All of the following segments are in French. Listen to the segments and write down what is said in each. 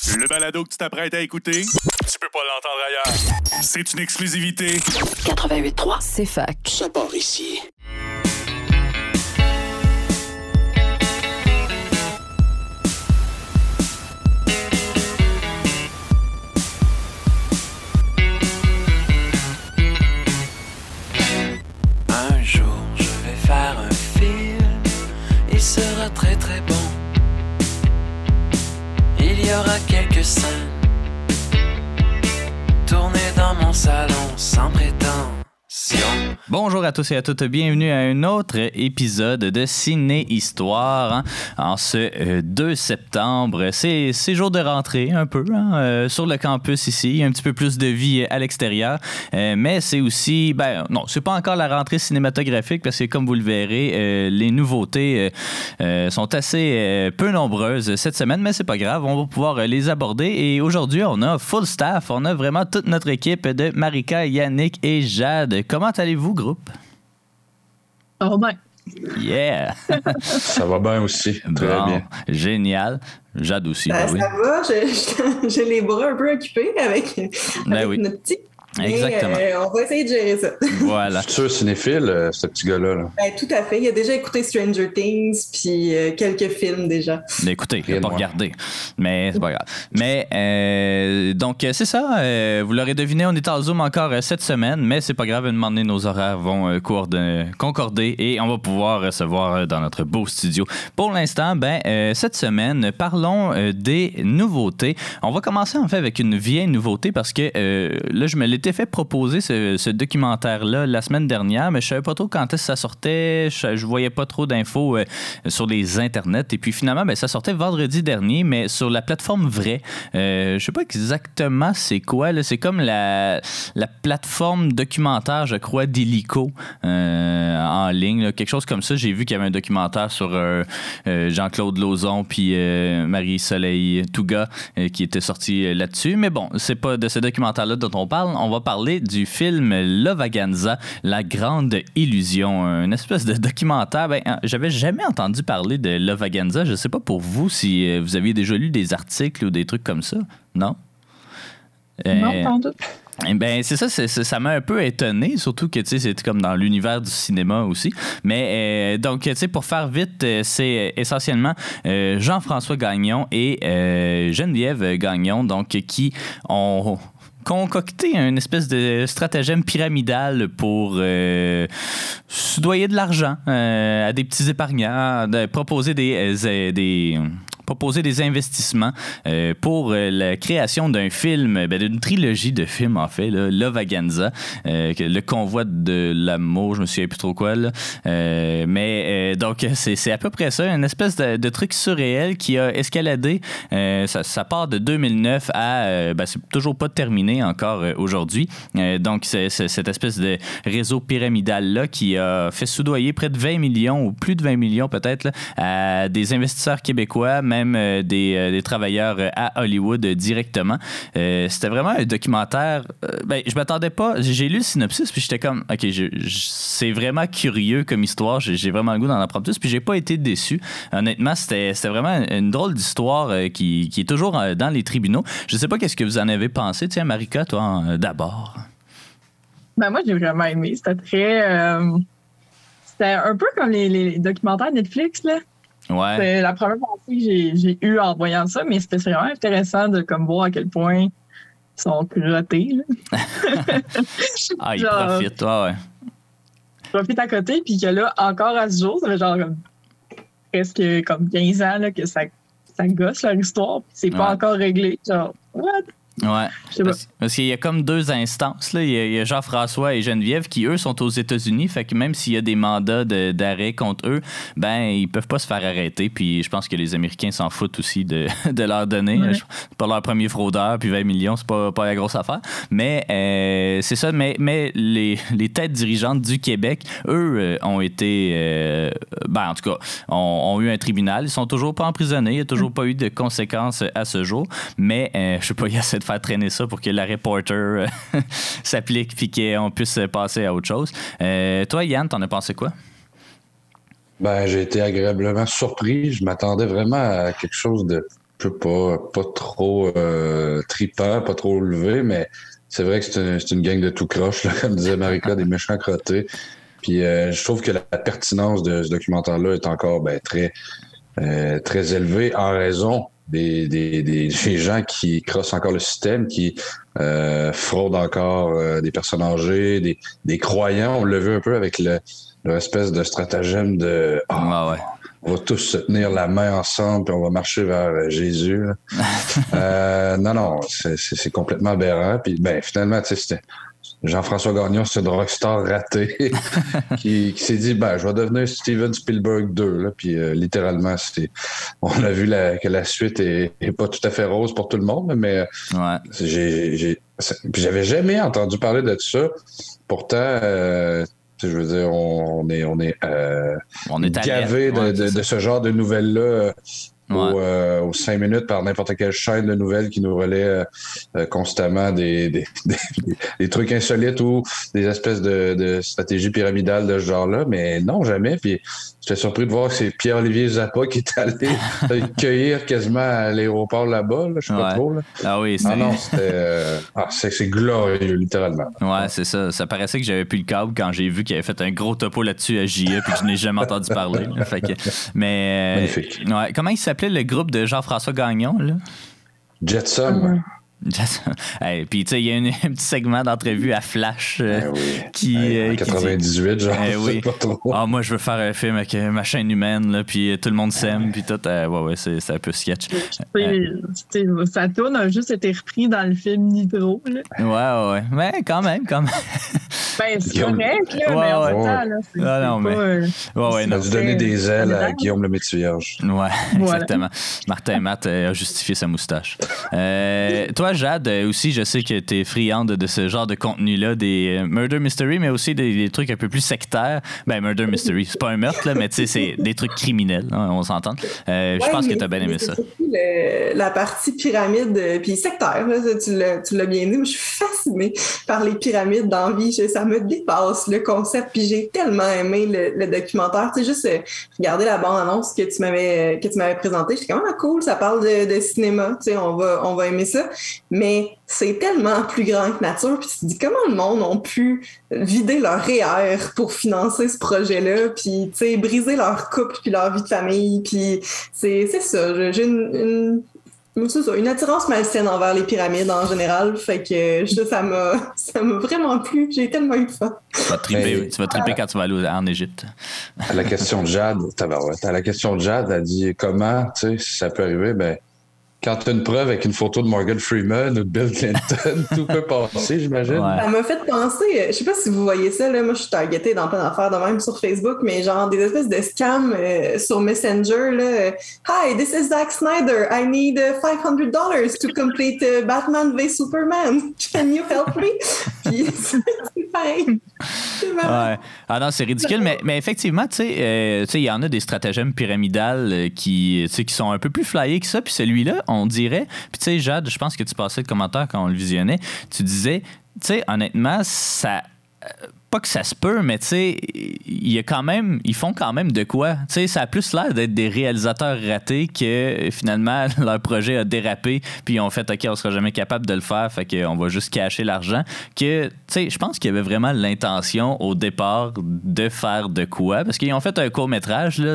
Le balado que tu t'apprêtes à écouter, tu peux pas l'entendre ailleurs. C'est une exclusivité. 88.3, c'est fac. Ça part ici. Un jour, je vais faire un film. Il sera très très bon. Il y aura quelques scènes tournées dans mon salon sans prétention. Bonjour à tous et à toutes, bienvenue à un autre épisode de Ciné Histoire hein, en ce 2 septembre. C'est jour de rentrée un peu sur le campus ici, il y a un petit peu plus de vie à l'extérieur, mais c'est aussi, non, c'est pas encore la rentrée cinématographique parce que comme vous le verrez, les nouveautés sont assez peu nombreuses cette semaine, mais c'est pas grave, on va pouvoir les aborder et aujourd'hui on a full staff, on a vraiment toute notre équipe de Marika, Yannick et Jade. Comment allez-vous, groupe? Ça va bien. Yeah! Ça va bien aussi. Très bien. Génial. Jade aussi. Ça va, j'ai les bras un peu occupés avec notre petit. Exactement. On va essayer de gérer ça. Voilà. Futur cinéphile, ce petit gars-là. Là. Tout à fait. Il a déjà écouté Stranger Things puis quelques films déjà. Mais écoutez, il n'a pas regardé. Mais c'est pas grave. Mais donc, c'est ça. Vous l'aurez deviné, on est en Zoom encore cette semaine, mais c'est pas grave. À un moment donné, nos horaires vont concorder et on va pouvoir se voir dans notre beau studio. Pour l'instant, cette semaine, parlons des nouveautés. On va commencer en fait avec une vieille nouveauté parce que là, je me l'étais fait proposer ce documentaire-là la semaine dernière, mais je savais pas trop quand est-ce que ça sortait. Je voyais pas trop d'infos sur les internets. Et puis finalement, ça sortait vendredi dernier, mais sur la plateforme Vrai. Je sais pas exactement c'est quoi. Là. C'est comme la plateforme documentaire, je crois, d'Illico en ligne. Là. Quelque chose comme ça. J'ai vu qu'il y avait un documentaire sur Jean-Claude Lauzon puis Marie-Soleil Touga qui était sorti là-dessus. Mais bon, c'est pas de ce documentaire-là dont on parle. On va parler du film Lovaganza, La Grande Illusion, une espèce de documentaire. J'avais jamais entendu parler de Lovaganza. Je sais pas pour vous si vous aviez déjà lu des articles ou des trucs comme ça. Non? Non, pas en doute. C'est ça, ça m'a un peu étonné, surtout que c'est comme dans l'univers du cinéma aussi. Mais donc, pour faire vite, c'est essentiellement Jean-François Gagnon et Geneviève Gagnon, donc qui ont concocté une espèce de stratagème pyramidal pour soudoyer de l'argent à des petits épargnants, proposer des investissements pour la création d'un film, d'une trilogie de films en fait, là, Lovaganza, le convoi de l'amour, je me souviens plus trop quoi là, donc c'est à peu près ça, une espèce de truc surréel qui a escaladé, ça part de 2009 à, c'est toujours pas terminé encore aujourd'hui, donc c'est cette espèce de réseau pyramidal là qui a fait soudoyer près de 20 millions ou plus de 20 millions peut-être là, à des investisseurs québécois, même des travailleurs à Hollywood directement. C'était vraiment un documentaire. Je m'attendais pas. J'ai lu le synopsis puis j'étais comme, ok, c'est vraiment curieux comme histoire. J'ai vraiment le goût d'en apprendre plus. Puis j'ai pas été déçu. Honnêtement, c'était vraiment une drôle d'histoire qui est toujours dans les tribunaux. Je sais pas qu'est-ce que vous en avez pensé. Tiens, Marika, toi d'abord. Moi, j'ai vraiment aimé. C'était très. C'était un peu comme les documentaires Netflix là. Ouais. C'est la première partie que j'ai eue en voyant ça, mais c'était vraiment intéressant de voir à quel point ils sont crottés. Ils profitent, ouais. Ils profitent à côté, puis que là, encore à ce jour, ça fait presque comme 15 ans là, que ça gosse leur histoire, puis c'est pas encore réglé. What? Ouais. Parce qu'il y a comme deux instances. Là. Il y a Jean-François et Geneviève qui, eux, sont aux États-Unis. Fait que même s'il y a des mandats d'arrêt contre eux, ils peuvent pas se faire arrêter. Puis je pense que les Américains s'en foutent aussi de leur donner. Ouais. C'est pas leur premier fraudeur. Puis 20 millions, c'est pas la grosse affaire. Mais c'est ça. Mais les têtes dirigeantes du Québec, eux, ont été... en tout cas, ont eu un tribunal. Ils sont toujours pas emprisonnés. Il n'y a toujours pas eu de conséquences à ce jour. Mais je sais pas, il y a cette faire traîner ça pour que la reporter s'applique puis qu'on puisse passer à autre chose. Toi, Yann, t'en as pensé quoi? J'ai été agréablement surpris. Je m'attendais vraiment à quelque chose de sais pas trop tripant, pas trop levé, mais c'est vrai que c'est une gang de tout croche, là, comme disait Marika, des méchants crottés. Puis je trouve que la pertinence de ce documentaire-là est encore très élevée en raison des gens qui crossent encore le système, qui fraudent encore des personnes âgées, des croyants. On l'a vu un peu avec leur espèce de stratagème de on va tous se tenir la main ensemble puis on va marcher vers Jésus. Non, c'est complètement aberrant. Puis finalement, tu sais, c'était Jean-François Gagnon, c'est un rockstar raté qui s'est dit je vais devenir Steven Spielberg 2. Là. Puis littéralement, on a vu que la suite est pas tout à fait rose pour tout le monde, mais j'avais jamais entendu parler de ça. Pourtant, je veux dire, on est gavé de ce genre de nouvelles-là. Aux 5 minutes par n'importe quelle chaîne de nouvelles qui nous relaie constamment des trucs insolites ou des espèces de stratégies pyramidales de ce genre-là, mais non, jamais. Puis j'étais surpris de voir que c'est Pierre-Olivier Zappa qui est allé cueillir quasiment à l'aéroport là-bas, là, je sais pas trop. Là. Ah oui, c'est glorieux, littéralement. Ouais, c'est ça. Ça paraissait que j'avais plus le câble quand j'ai vu qu'il avait fait un gros topo là-dessus à JE puis que je n'ai jamais entendu parler. Là. Mais magnifique. Ouais, comment il s'appelait le groupe de Jean-François Gagnon, là? Jetsam. Hey, puis tu sais, il y a un petit segment d'entrevue à Flash qui en 98 dit, genre oui. Pas trop. Moi je veux faire un film avec ma chaîne humaine là, puis tout le monde s'aime puis tout c'est un peu sketch. Ça tourne a juste été repris dans le film Nitro là. Ouais mais quand même c'est correct là, mais en même temps là, c'est on a dû donner des ailes à Guillaume le Métis-Vierge. Ouais, exactement. Martin Matt a justifié sa moustache. Toi Jade, aussi, je sais que t'es friande de ce genre de contenu-là, des murder mystery, mais aussi des trucs un peu plus sectaires. Murder mystery, c'est pas un meurtre, là, mais tu sais, c'est des trucs criminels, hein, on s'entend. Je pense que t'as bien aimé ça. La partie pyramide, puis sectaire, là, tu l'as bien dit, moi, je suis fascinée par les pyramides dans la vie. Ça me dépasse, le concept, puis j'ai tellement aimé le documentaire. Tu sais, juste regarder la bande-annonce que tu m'avais présentée, j'étais quand même cool, ça parle de cinéma, tu sais, on va aimer ça. Mais c'est tellement plus grand que nature. Puis tu te dis comment le monde ont pu vider leur REER pour financer ce projet-là, puis tu sais briser leur couple puis leur vie de famille. Puis c'est ça. J'ai une attirance malsaine envers les pyramides en général. Fait que ça m'a vraiment plu. J'ai tellement eu de fun. Tu vas triper quand tu vas aller en Égypte. À la question de Jade, elle dit comment, tu sais, si ça peut arriver, quand tu as une preuve avec une photo de Morgan Freeman ou de Bill Clinton, tout peut passer, j'imagine. Ouais. Ça m'a fait penser, je sais pas si vous voyez ça, là, moi je suis targetée dans plein d'affaires de même sur Facebook, mais genre des espèces de scams sur Messenger. Là. Hi, this is Zack Snyder. I need $500 to complete Batman v Superman. Can you help me? Puis c'est pareil. Ouais. Ah non, c'est ridicule, mais effectivement, tu sais, il y en a des stratagèmes pyramidales qui sont un peu plus flyés que ça, puis celui-là, on dirait, puis tu sais, Jade, je pense que tu passais le commentaire quand on le visionnait, tu disais, tu sais, honnêtement, ça... pas que ça se peut, mais tu sais, ils font quand même de quoi. Tu sais, ça a plus l'air d'être des réalisateurs ratés que finalement leur projet a dérapé, puis ils ont fait OK, on sera jamais capable de le faire, fait qu'on va juste cacher l'argent. Que, tu sais, je pense qu'il y avait vraiment l'intention au départ de faire de quoi, parce qu'ils ont fait un court-métrage là,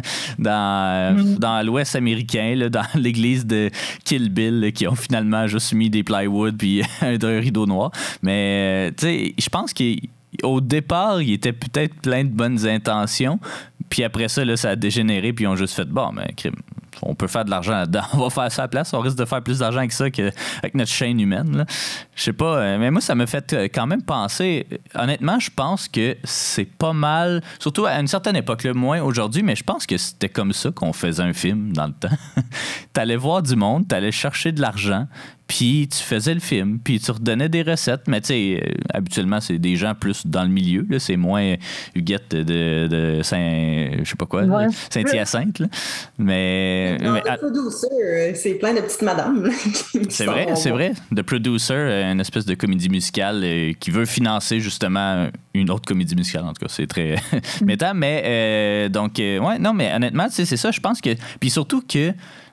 dans l'Ouest américain, là, dans l'église de Kill Bill, là, qui ont finalement juste mis des plywood puis un rideau noir. Mais, tu sais, je pense qu'au départ, il était peut-être plein de bonnes intentions. Puis après ça, là, ça a dégénéré. Puis ils ont juste fait on peut faire de l'argent là-dedans. On va faire ça à la place. On risque de faire plus d'argent avec ça qu'avec notre chaîne humaine. Là. Je sais pas. Mais moi, ça m'a fait quand même penser. Honnêtement, je pense que c'est pas mal. Surtout à une certaine époque, là, moins aujourd'hui. Mais je pense que c'était comme ça qu'on faisait un film dans le temps. T'allais voir du monde, t'allais chercher de l'argent. Puis tu faisais le film, puis tu redonnais des recettes. Mais tu sais, habituellement, c'est des gens plus dans le milieu. Là. C'est moins Huguette de Saint... je sais pas quoi, ouais. Saint-Hyacinthe. Là. Mais Producer, c'est plein de petites madames. C'est vrai. The Producer, une espèce de comédie musicale qui veut financer justement une autre comédie musicale. En tout cas, c'est très méta. Mais donc, ouais, non, mais honnêtement, c'est ça. Je pense que... Puis surtout que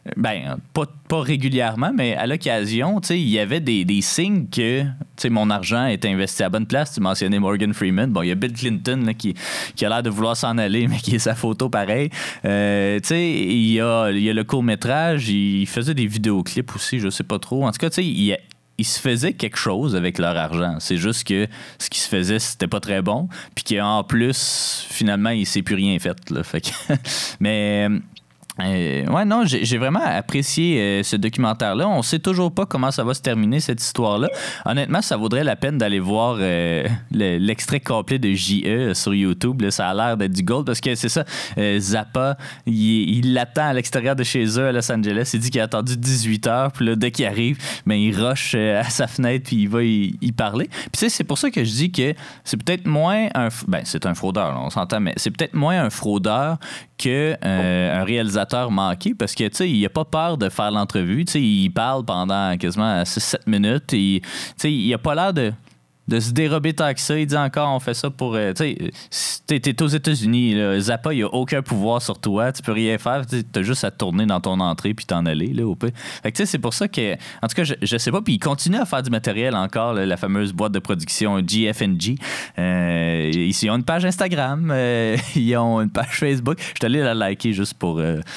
Ben, pas régulièrement, mais à l'occasion, tu sais, il y avait des signes que, tu sais, mon argent est investi à bonne place. Tu mentionnais Morgan Freeman. Bon, il y a Bill Clinton là, qui a l'air de vouloir s'en aller, mais qui est sa photo pareil. Tu sais, il y a le court-métrage. Il faisait des vidéoclips aussi, je sais pas trop. En tout cas, tu sais, il se faisait quelque chose avec leur argent. C'est juste que ce qui se faisait, c'était pas très bon. Puis qu'en plus, finalement, il s'est plus rien fait. Là. Fait que mais... ouais, non, j'ai vraiment apprécié ce documentaire-là. On sait toujours pas comment ça va se terminer, cette histoire-là. Honnêtement, ça vaudrait la peine d'aller voir l'extrait complet de J.E. sur YouTube. Là, ça a l'air d'être du gold parce que c'est ça, Zappa, il l'attend à l'extérieur de chez eux à Los Angeles. Il dit qu'il a attendu 18 heures, puis là, dès qu'il arrive, ben, il rush à sa fenêtre, puis il va y parler. Puis tu sais, c'est pour ça que je dis que c'est peut-être moins c'est un fraudeur, là, on s'entend, mais c'est peut-être moins un fraudeur qu'un réalisateur manqué parce que, tu sais, il a pas peur de faire l'entrevue. Tu sais, il parle pendant quasiment 6-7 minutes. Tu sais, il a pas l'air de se dérober tant que ça. Il dit encore, on fait ça pour... tu sais, t'es aux États-Unis. Là. Zappa, il a aucun pouvoir sur toi. Tu peux rien faire. T'as juste à te tourner dans ton entrée puis t'en aller. Là, au peu. Fait que, tu sais, c'est pour ça que... En tout cas, je sais pas. Puis il continue à faire du matériel encore, là, la fameuse boîte de production GFNG. Ils ont une page Instagram. Ils ont une page Facebook. Je suis allé la liker juste pour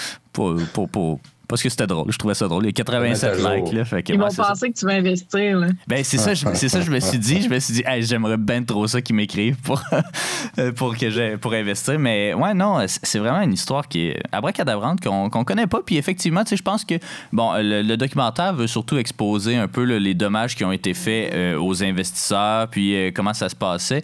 parce que c'était drôle. Je trouvais ça drôle. Il y a 87 likes. Là, fait que, ils vont penser que tu vas investir. Là. Ben, c'est ça, je me suis dit. Hey, j'aimerais bien trop ça qu'ils m'écrivent pour investir. Mais ouais, non, c'est vraiment une histoire qui est abracadabrante qu'on connaît pas. Puis effectivement, tu sais, je pense que bon, le documentaire veut surtout exposer un peu là, les dommages qui ont été faits aux investisseurs, puis comment ça se passait,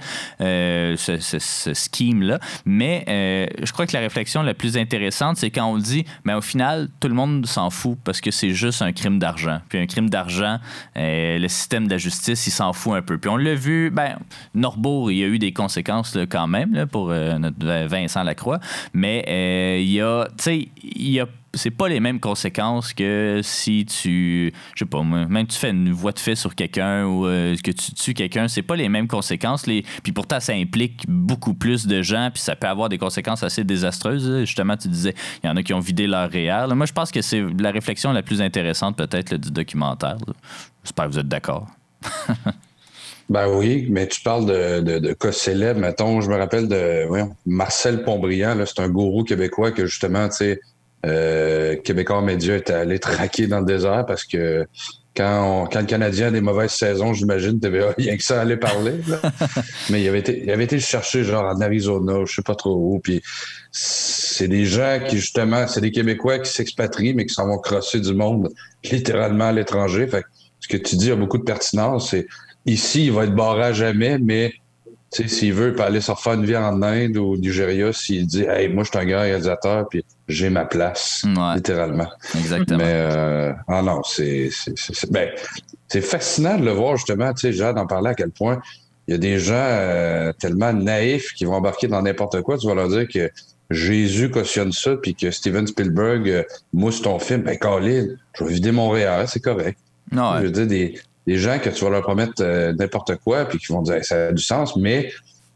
ce scheme-là. Mais je crois que la réflexion la plus intéressante, c'est quand on dit, mais au final, tout le monde s'en fout parce que c'est juste un crime d'argent. Puis un crime d'argent, le système de la justice, il s'en fout un peu. Puis on l'a vu, Norbourg, il y a eu des conséquences là, quand même là, pour notre Vincent Lacroix, mais il y a c'est pas les mêmes conséquences que si tu, je sais pas moi, même tu fais une voie de fait sur quelqu'un ou que tu tues quelqu'un, c'est pas les mêmes conséquences. Puis pourtant, ça implique beaucoup plus de gens, puis ça peut avoir des conséquences assez désastreuses. Justement, tu disais, il y en a qui ont vidé leur REER. Moi, je pense que c'est la réflexion la plus intéressante peut-être là, du documentaire. Là. J'espère que vous êtes d'accord. Ben oui, mais tu parles de cas célèbres. Mettons, je me rappelle de Marcel Pontbriand, là, c'est un gourou québécois que justement, tu sais, Québécois Média était allé traquer dans le désert parce que quand le Canadien a des mauvaises saisons, j'imagine, TVA, rien que ça allait parler. Là. Mais il avait été chercher genre en Arizona, je sais pas trop où. Puis c'est des gens qui, justement, c'est des Québécois qui s'expatrient, mais qui s'en vont crosser du monde littéralement à l'étranger. Fait que ce que tu dis a beaucoup de pertinence. C'est ici, il va être barré à jamais, mais tu sais, s'il veut, il peut aller se refaire une vie en Inde ou au Nigeria s'il dit « Hey, moi, je suis un gars réalisateur, puis j'ai ma place. Ouais, » littéralement. Exactement. Mais, non, c'est fascinant de le voir, justement. Tu sais, Jade en parlait à quel point il y a des gens tellement naïfs qui vont embarquer dans n'importe quoi. Tu vas leur dire que Jésus cautionne ça, puis que Steven Spielberg mousse ton film. Ben, Colin, je vais vider Montréal, c'est correct. Ouais. Je veux dire, des gens que tu vas leur promettre n'importe quoi puis qui vont dire ça a du sens, mais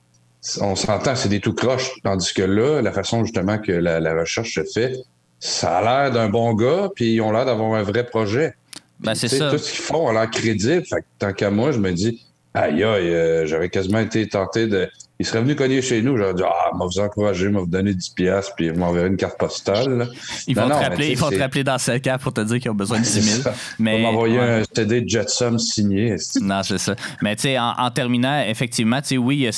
on s'entend, c'est des tout croches. Tandis que là, la façon justement que la recherche se fait, ça a l'air d'un bon gars puis ils ont l'air d'avoir un vrai projet. Ben, c'est ça. Tout ce qu'ils font a l'air crédible. Fait que, tant qu'à moi, je me dis, aïe, j'aurais quasiment été tenté de... Il serait venu cogner chez nous, j'aurais dit, m'a vous encourager, m'a vous donner 10$, puis m'enverrer une carte postale. Là. Ils vont te rappeler dans 5 ans pour te dire qu'ils ont besoin de 10 000. Mais... Ils vont m'envoyer un CD de Jetsam signé. Non, c'est ça. Mais tu sais, en terminant, effectivement, tu sais, oui,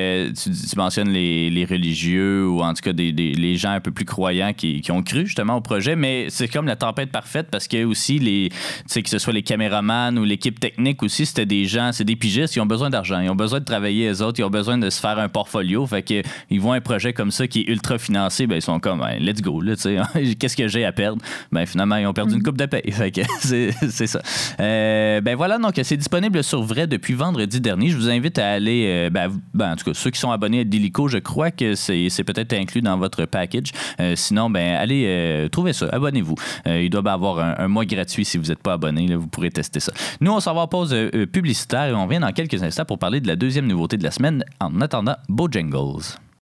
tu mentionnes les religieux ou en tout cas les gens un peu plus croyants qui ont cru justement au projet, mais c'est comme la tempête parfaite parce que aussi, tu sais, que ce soit les caméramans ou l'équipe technique aussi, c'était des gens, c'est des pigistes, ils ont besoin d'argent, ils ont besoin de travailler eux autres, ils ont besoin de se faire un portfolio, fait que ils voient un projet comme ça qui est ultra financé, ben ils sont comme let's go là, tu sais, qu'est-ce que j'ai à perdre? Ben finalement ils ont perdu une coupe de paye, fait que c'est ça. Ben voilà, donc c'est disponible sur Vrai depuis vendredi dernier. Je vous invite à aller, en tout cas ceux qui sont abonnés à Dilico, je crois que c'est peut-être inclus dans votre package. Sinon, ben allez trouver ça, abonnez-vous. Il doit y avoir un mois gratuit si vous n'êtes pas abonné, là, vous pourrez tester ça. Nous on s'en va en pause publicitaire et on revient dans quelques instants pour parler de la deuxième nouveauté de la semaine. En attendant, Bojangles.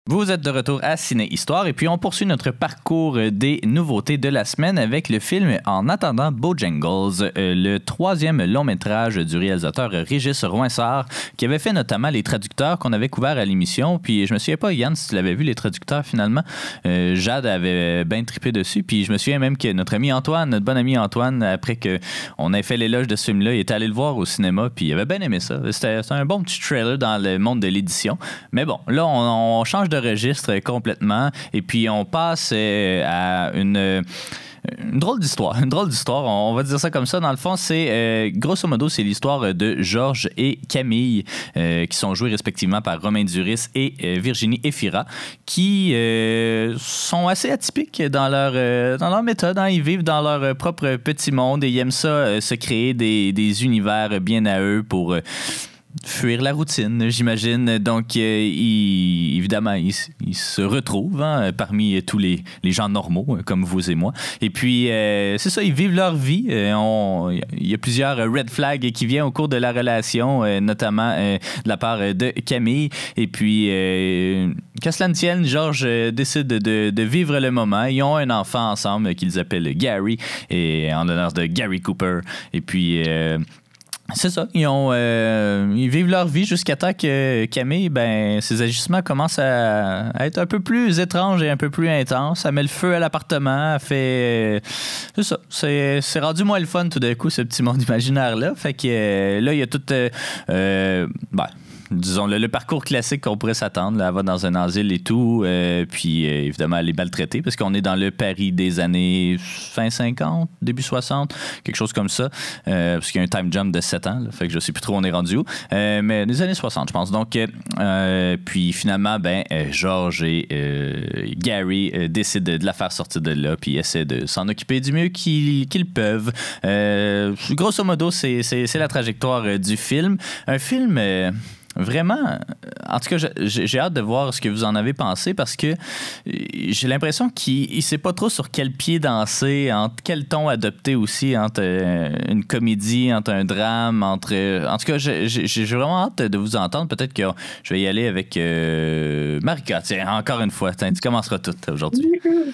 Vous êtes de retour à Ciné Histoire et puis on poursuit notre parcours des nouveautés de la semaine avec le film En attendant Bojangles, le 3e long métrage du réalisateur Régis Rouinsard qui avait fait notamment les traducteurs qu'on avait couverts à l'émission. Puis je me souviens pas, Yann, si tu l'avais vu, les traducteurs finalement. Jade avait bien trippé dessus. Puis je me souviens même que notre ami Antoine, notre bon ami Antoine, après qu'on ait fait l'éloge de ce film-là, il était allé le voir au cinéma puis il avait bien aimé ça. C'était un bon petit trailer dans le monde de l'édition. Mais bon, là, on change de registre complètement et puis on passe à une drôle d'histoire. Une drôle d'histoire, on va dire ça comme ça. Dans le fond, c'est grosso modo, c'est l'histoire de Georges et Camille qui sont joués respectivement par Romain Duris et Virginie Efira qui sont assez atypiques dans leur méthode. Hein. Ils vivent dans leur propre petit monde et ils aiment ça se créer des univers bien à eux pour fuir la routine, j'imagine. Donc, évidemment, ils se retrouvent parmi tous les gens normaux, comme vous et moi. Et puis, c'est ça, ils vivent leur vie. Il y a plusieurs red flags qui viennent au cours de la relation, notamment de la part de Camille. Et puis, qu'à cela ne tienne, Georges décide de vivre le moment. Ils ont un enfant ensemble qu'ils appellent Gary, et en l'honneur de Gary Cooper. Et puis... c'est ça, ils vivent leur vie jusqu'à temps que Camille, ses agissements commencent à être un peu plus étranges et un peu plus intenses. Elle met le feu à l'appartement, elle fait... c'est ça, c'est rendu moins le fun tout d'un coup, ce petit monde imaginaire-là. Fait que là, il y a tout... disons, le parcours classique qu'on pourrait s'attendre. Là, elle va dans un asile et tout. Puis, évidemment, elle est maltraitée parce qu'on est dans le Paris des années fin 50, début 60, quelque chose comme ça. Parce qu'il y a un time jump de 7 ans. Là, fait que je sais plus trop où on est rendu où. Mais des années 60, je pense. Donc, puis finalement, Georges et Gary décident de la faire sortir de là puis essaient de s'en occuper du mieux qu'ils peuvent. Grosso modo, c'est la trajectoire du film. Un film... vraiment, en tout cas, j'ai hâte de voir ce que vous en avez pensé parce que j'ai l'impression qu'il ne sait pas trop sur quel pied danser, entre quel ton adopter aussi, entre une comédie, entre un drame, en tout cas, j'ai vraiment hâte de vous entendre. Peut-être que je vais y aller avec Marika. Tiens, encore une fois, tu commenceras tout aujourd'hui.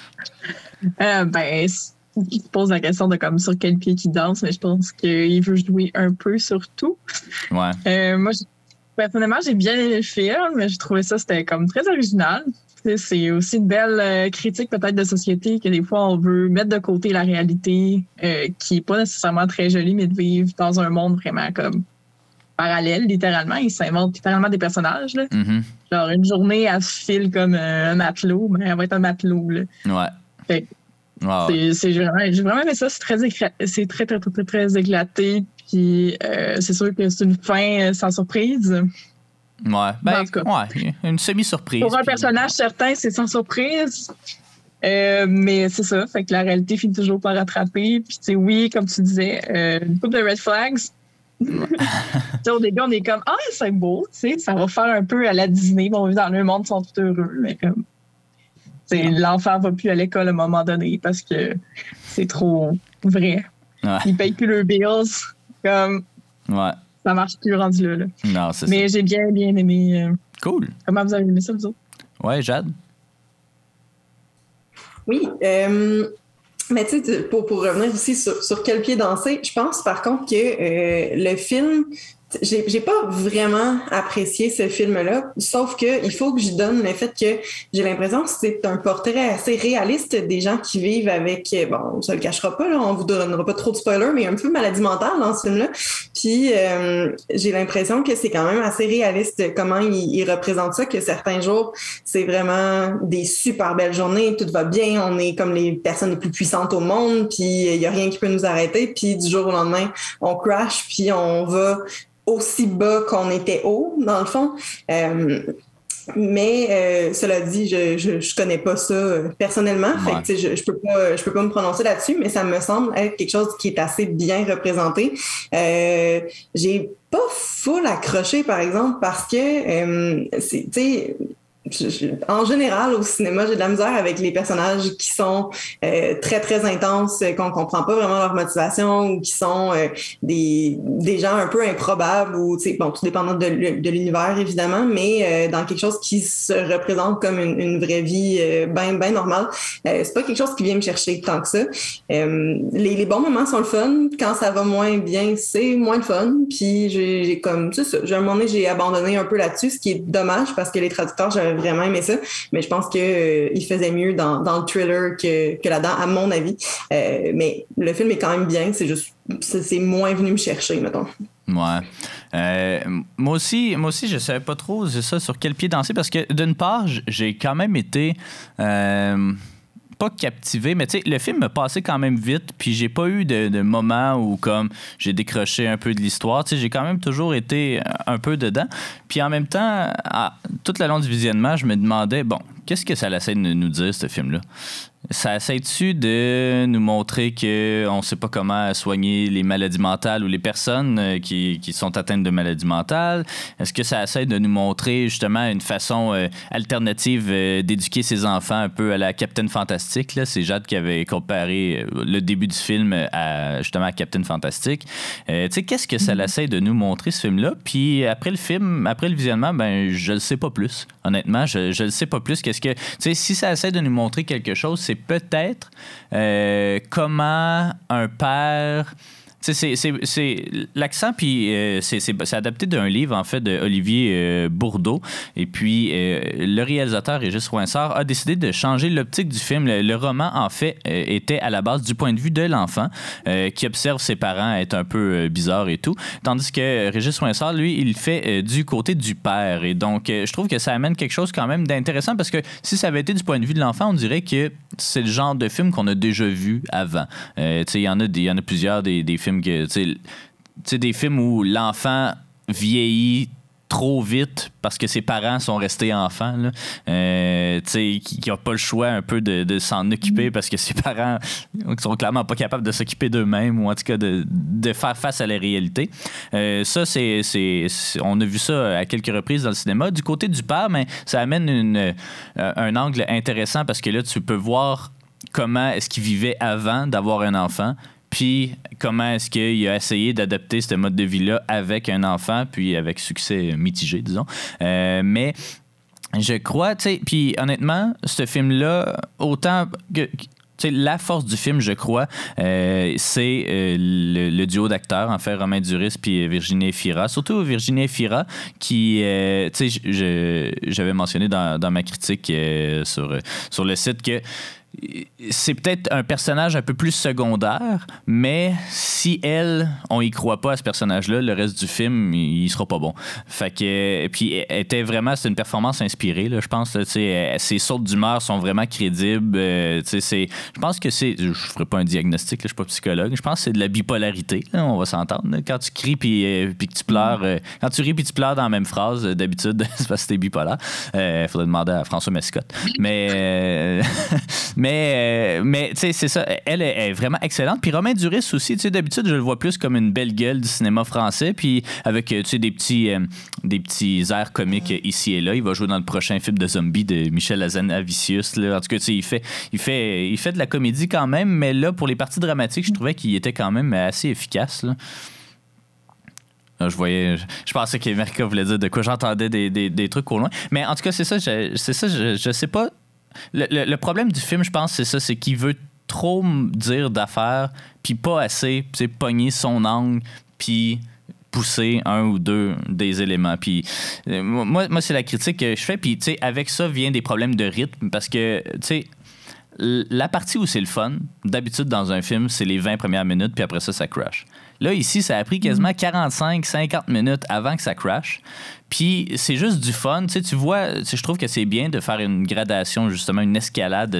Il pose la question de comme sur quel pied il danse, mais je pense qu'il veut jouer un peu sur tout. Ouais. Moi, personnellement, j'ai bien aimé le film, mais j'ai trouvé ça, c'était comme très original. C'est aussi une belle critique peut-être de société que des fois, on veut mettre de côté la réalité qui n'est pas nécessairement très jolie, mais de vivre dans un monde vraiment comme parallèle, littéralement. Ils s'inventent littéralement des personnages. Là. Mm-hmm. Genre, une journée, elle se file comme un matelot, mais elle va être un matelot. Là. Ouais. Fait, wow. J'ai vraiment aimé ça. C'est très, très, très, très éclaté. Puis c'est sûr que c'est une fin sans surprise. Ouais, en tout cas, ouais, une semi-surprise. Pour un personnage certain, c'est sans surprise. Mais c'est ça, fait que la réalité finit toujours par rattraper. Puis oui, comme tu disais, une couple de red flags. Au début, on est comme c'est beau, ça va faire un peu à la Disney. On vit dans le monde, ils sont tout heureux. Mais comme l'enfant va plus à l'école à un moment donné parce que c'est trop vrai. Ouais. Ils payent plus leurs bills. Comme ouais. Ça marche plus rendu là. Non, c'est mais ça. J'ai bien aimé. Cool. Comment vous avez aimé ça, vous autres? Ouais, Jade? Oui. Mais tu sais, pour revenir aussi sur quel pied danser, je pense par contre que le film... J'ai pas vraiment apprécié ce film-là, sauf que il faut que je donne le fait que j'ai l'impression que c'est un portrait assez réaliste des gens qui vivent avec, bon, on se le cachera pas, là, on vous donnera pas trop de spoilers, mais il y a un peu de maladie mentale dans ce film-là. Puis j'ai l'impression que c'est quand même assez réaliste comment il représente ça, que certains jours, c'est vraiment des super belles journées, tout va bien, on est comme les personnes les plus puissantes au monde, puis il y a rien qui peut nous arrêter, puis du jour au lendemain, on crash, puis on va aussi bas qu'on était haut, dans le fond. Mais cela dit, je connais pas ça personnellement. Ouais. Fait que, je peux pas me prononcer là-dessus, mais ça me semble être quelque chose qui est assez bien représenté. J'ai pas full accroché, par exemple, parce que en général, au cinéma, j'ai de la misère avec les personnages qui sont très, très intenses, qu'on comprend pas vraiment leur motivation ou qui sont des gens un peu improbables ou, bon, tout dépendant de l'univers, évidemment, mais dans quelque chose qui se représente comme une vraie vie bien normale. C'est pas quelque chose qui vient me chercher tant que ça. Les bons moments sont le fun. Quand ça va moins bien, c'est moins le fun. Puis j'ai comme, c'est ça, à un moment donné, j'ai abandonné un peu là-dessus, ce qui est dommage parce que les traducteurs, j'avais vraiment aimé ça. Mais je pense qu'il faisait mieux dans le thriller que là-dedans, à mon avis. Mais le film est quand même bien. C'est juste, c'est moins venu me chercher, mettons. Ouais. Moi aussi, je savais pas trop ça, sur quel pied danser, parce que d'une part, j'ai quand même été pas captivé, mais tu sais, le film m'a passé quand même vite, puis j'ai pas eu de moment où comme j'ai décroché un peu de l'histoire. Tu sais, j'ai quand même toujours été un peu dedans. Puis en même temps, tout le long du visionnement, je me demandais, bon, qu'est-ce que ça essaie de nous dire, ce film-là? Ça essaie-tu de nous montrer qu'on ne sait pas comment soigner les maladies mentales ou les personnes qui sont atteintes de maladies mentales? Est-ce que ça essaie de nous montrer justement une façon alternative d'éduquer ses enfants un peu à la Captain Fantastic? Là? C'est Jade qui avait comparé le début du film justement à Captain Fantastic. Tu sais, qu'est-ce que ça essaie de nous montrer, ce film-là? Puis après le visionnement, ben je le sais pas plus. Honnêtement, je le sais pas plus. Qu'est-ce que, tu sais, si ça essaie de nous montrer quelque chose, c'est peut-être comment un père... C'est l'accent, puis c'est adapté d'un livre, en fait, d'Olivier Bourdeau. Et puis, le réalisateur Régis Froissart a décidé de changer l'optique du film. Le roman, en fait, était à la base du point de vue de l'enfant qui observe ses parents être un peu bizarres et tout. Tandis que Régis Froissart, lui, il fait du côté du père. Et donc, je trouve que ça amène quelque chose quand même d'intéressant parce que si ça avait été du point de vue de l'enfant, on dirait que c'est le genre de film qu'on a déjà vu avant. Il y en a plusieurs des films que, tu sais, des films où l'enfant vieillit trop vite parce que ses parents sont restés enfants, là. Qui n'ont pas le choix un peu de s'en occuper parce que ses parents sont clairement pas capables de s'occuper d'eux-mêmes ou en tout cas de faire face à la réalité. Ça, on a vu ça à quelques reprises dans le cinéma. Du côté du père, mais ça amène un angle intéressant parce que là, tu peux voir comment est-ce qu'il vivait avant d'avoir un enfant. Puis, comment est-ce qu'il a essayé d'adapter ce mode de vie-là avec un enfant, puis avec succès mitigé, disons. Mais je crois, tu sais, puis honnêtement, ce film-là, autant que... La force du film, je crois, c'est le duo d'acteurs, en fait, Romain Duris puis Virginie Efira. Surtout Virginie Efira, qui, tu sais, j'avais mentionné dans ma critique sur le site que c'est peut-être un personnage un peu plus secondaire, mais si on y croit pas à ce personnage-là, le reste du film, il sera pas bon. Fait que, puis c'est une performance inspirée, là, je pense. Là, ses sautes d'humeur sont vraiment crédibles. Je pense que je ferai pas un diagnostic, là, je suis pas psychologue. Je pense que c'est de la bipolarité, là, on va s'entendre. Là. Quand tu cries puis que tu pleures, quand tu ris puis tu pleures dans la même phrase, d'habitude, c'est parce que t'es bipolaire. Faudrait demander à François Mascotte. Mais tu sais, c'est ça. Elle est vraiment excellente. Puis Romain Duris aussi, tu sais, d'habitude, je le vois plus comme une belle gueule du cinéma français. Puis avec, tu sais, des petits airs comiques ici et là. Il va jouer dans le prochain film de zombie de Michel Hazanavicius. Là. En tout cas, tu sais, il fait de la comédie quand même. Mais là, pour les parties dramatiques, je trouvais qu'il était quand même assez efficace, là. Je pensais que Marika voulait dire de quoi. J'entendais des trucs au loin. Mais en tout cas, c'est ça, je sais pas. Le problème du film, je pense, c'est ça, c'est qu'il veut trop dire d'affaires, puis pas assez, tu sais, pogner son angle, puis pousser un ou deux des éléments. Puis moi, c'est la critique que je fais, puis tu sais, avec ça vient des problèmes de rythme, parce que, tu sais, la partie où c'est le fun, d'habitude dans un film, c'est les 20 premières minutes, puis après ça crash. Là, ici, ça a pris quasiment 45-50 minutes avant que ça crash. Puis c'est juste du fun. Tu vois, je trouve que c'est bien de faire une gradation, justement, une escalade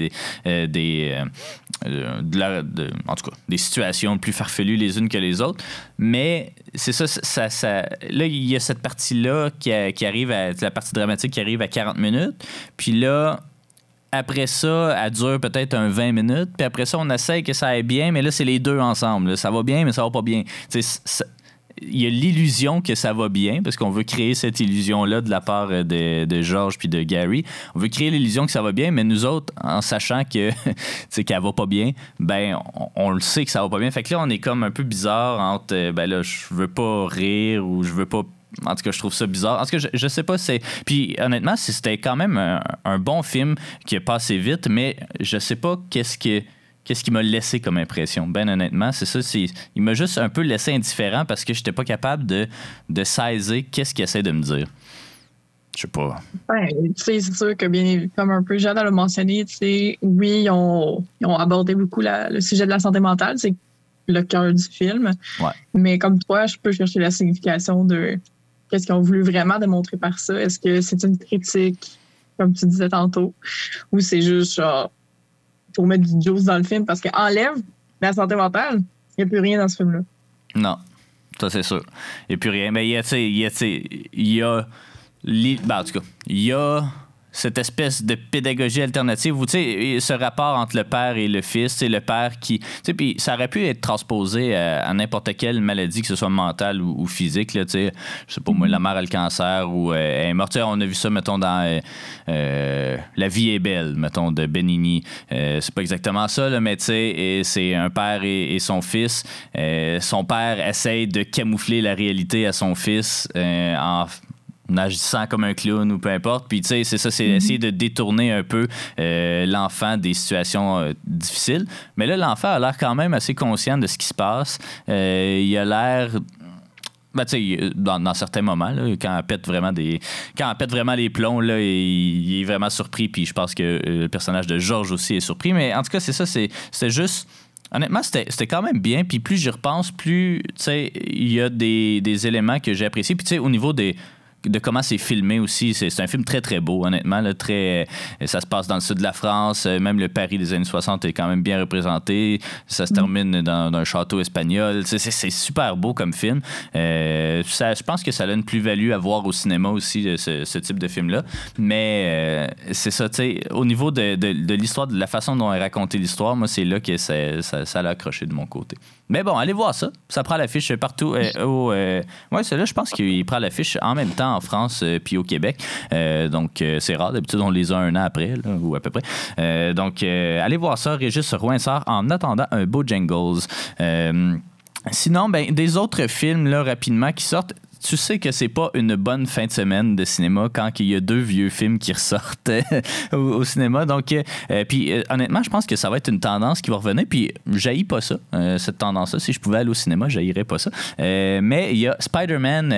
en tout cas, des situations plus farfelues les unes que les autres. Mais c'est ça, là, il y a cette partie-là qui arrive la partie dramatique qui arrive à 40 minutes. Puis là, après ça, elle dure peut-être 20 minutes. Puis après ça, on essaie que ça aille bien, mais là, c'est les deux ensemble. Là. Ça va bien, mais ça va pas bien. il y a l'illusion que ça va bien, parce qu'on veut créer cette illusion-là de la part de George puis de Gary. On veut créer l'illusion que ça va bien, mais nous autres, en sachant que qu'elle va pas bien, ben on le sait que ça va pas bien. Fait que là, on est comme un peu bizarre entre ben là, je veux pas rire ou je veux pas. En tout cas, je trouve ça bizarre. En tout cas, je sais pas, Puis honnêtement, c'était quand même un bon film qui a passé vite, mais je sais pas qu'est-ce qui m'a laissé comme impression. Ben honnêtement, c'est ça. Il m'a juste un peu laissé indifférent parce que j'étais pas capable de saisir qu'est-ce qu'il essaie de me dire. Je sais pas. Ouais, c'est sûr que bien, comme un peu Jade l'a mentionné, oui, ils ont abordé beaucoup le sujet de la santé mentale. C'est le cœur du film. Ouais. Mais comme toi, je peux chercher la signification de qu'est-ce qu'ils ont voulu vraiment démontrer par ça. Est-ce que c'est une critique, comme tu disais tantôt, ou c'est juste genre pour mettre du juice dans le film parce qu'enlève la santé mentale, il n'y a plus rien dans ce film-là. Non, ça c'est sûr. Il n'y a plus rien. Mais en tout cas, il y a cette espèce de pédagogie alternative où, tu sais, ce rapport entre le père et le fils, c'est le père qui... Tu sais, puis ça aurait pu être transposé à n'importe quelle maladie, que ce soit mentale ou physique, là, tu sais. Je sais pas, moi, la mère a le cancer ou elle est morte. Tu sais, on a vu ça, mettons, dans La vie est belle, mettons, de Benigni. C'est pas exactement ça, là, mais tu sais, c'est un père et son fils. Son père essaye de camoufler la réalité à son fils en agissant comme un clown ou peu importe. Puis, tu sais, c'est ça, c'est essayer de détourner un peu l'enfant des situations difficiles. Mais là, l'enfant a l'air quand même assez conscient de ce qui se passe. Il a l'air... Ben, tu sais, dans certains moments, là, quand elle pète vraiment les plombs, là, il est vraiment surpris. Puis je pense que le personnage de George aussi est surpris. Mais en tout cas, c'est ça, c'était juste... Honnêtement, c'était quand même bien. Puis plus j'y repense, plus, tu sais, il y a des éléments que j'ai appréciés. Puis, tu sais, au niveau de comment c'est filmé aussi. C'est un film très, très beau, honnêtement. Là, ça se passe dans le sud de la France. Même le Paris des années 60 est quand même bien représenté. Ça se termine dans un château espagnol. C'est super beau comme film. Je pense que ça a une plus-value à voir au cinéma aussi, ce type de film-là. Mais c'est ça, tu sais, au niveau de l'histoire, de la façon dont est racontée l'histoire, moi, c'est là que ça l'a accroché de mon côté. Mais bon, allez voir ça. Ça prend l'affiche partout. Ouais, c'est là, je pense qu'il prend l'affiche en même temps en France puis au Québec. Donc, c'est rare. D'habitude, on les a un an après, là, ou à peu près. Donc, allez voir ça. Régis Rouinsard, en attendant un beau jingles. Sinon, ben, des autres films, là, rapidement, qui sortent. Tu sais que c'est pas une bonne fin de semaine de cinéma quand il y a 2 vieux films qui ressortent au cinéma. Donc, puis honnêtement, je pense que ça va être une tendance qui va revenir. Puis, j'haïs pas ça, cette tendance-là. Si je pouvais aller au cinéma, j'haïrais pas ça. Mais il y a Spider-Man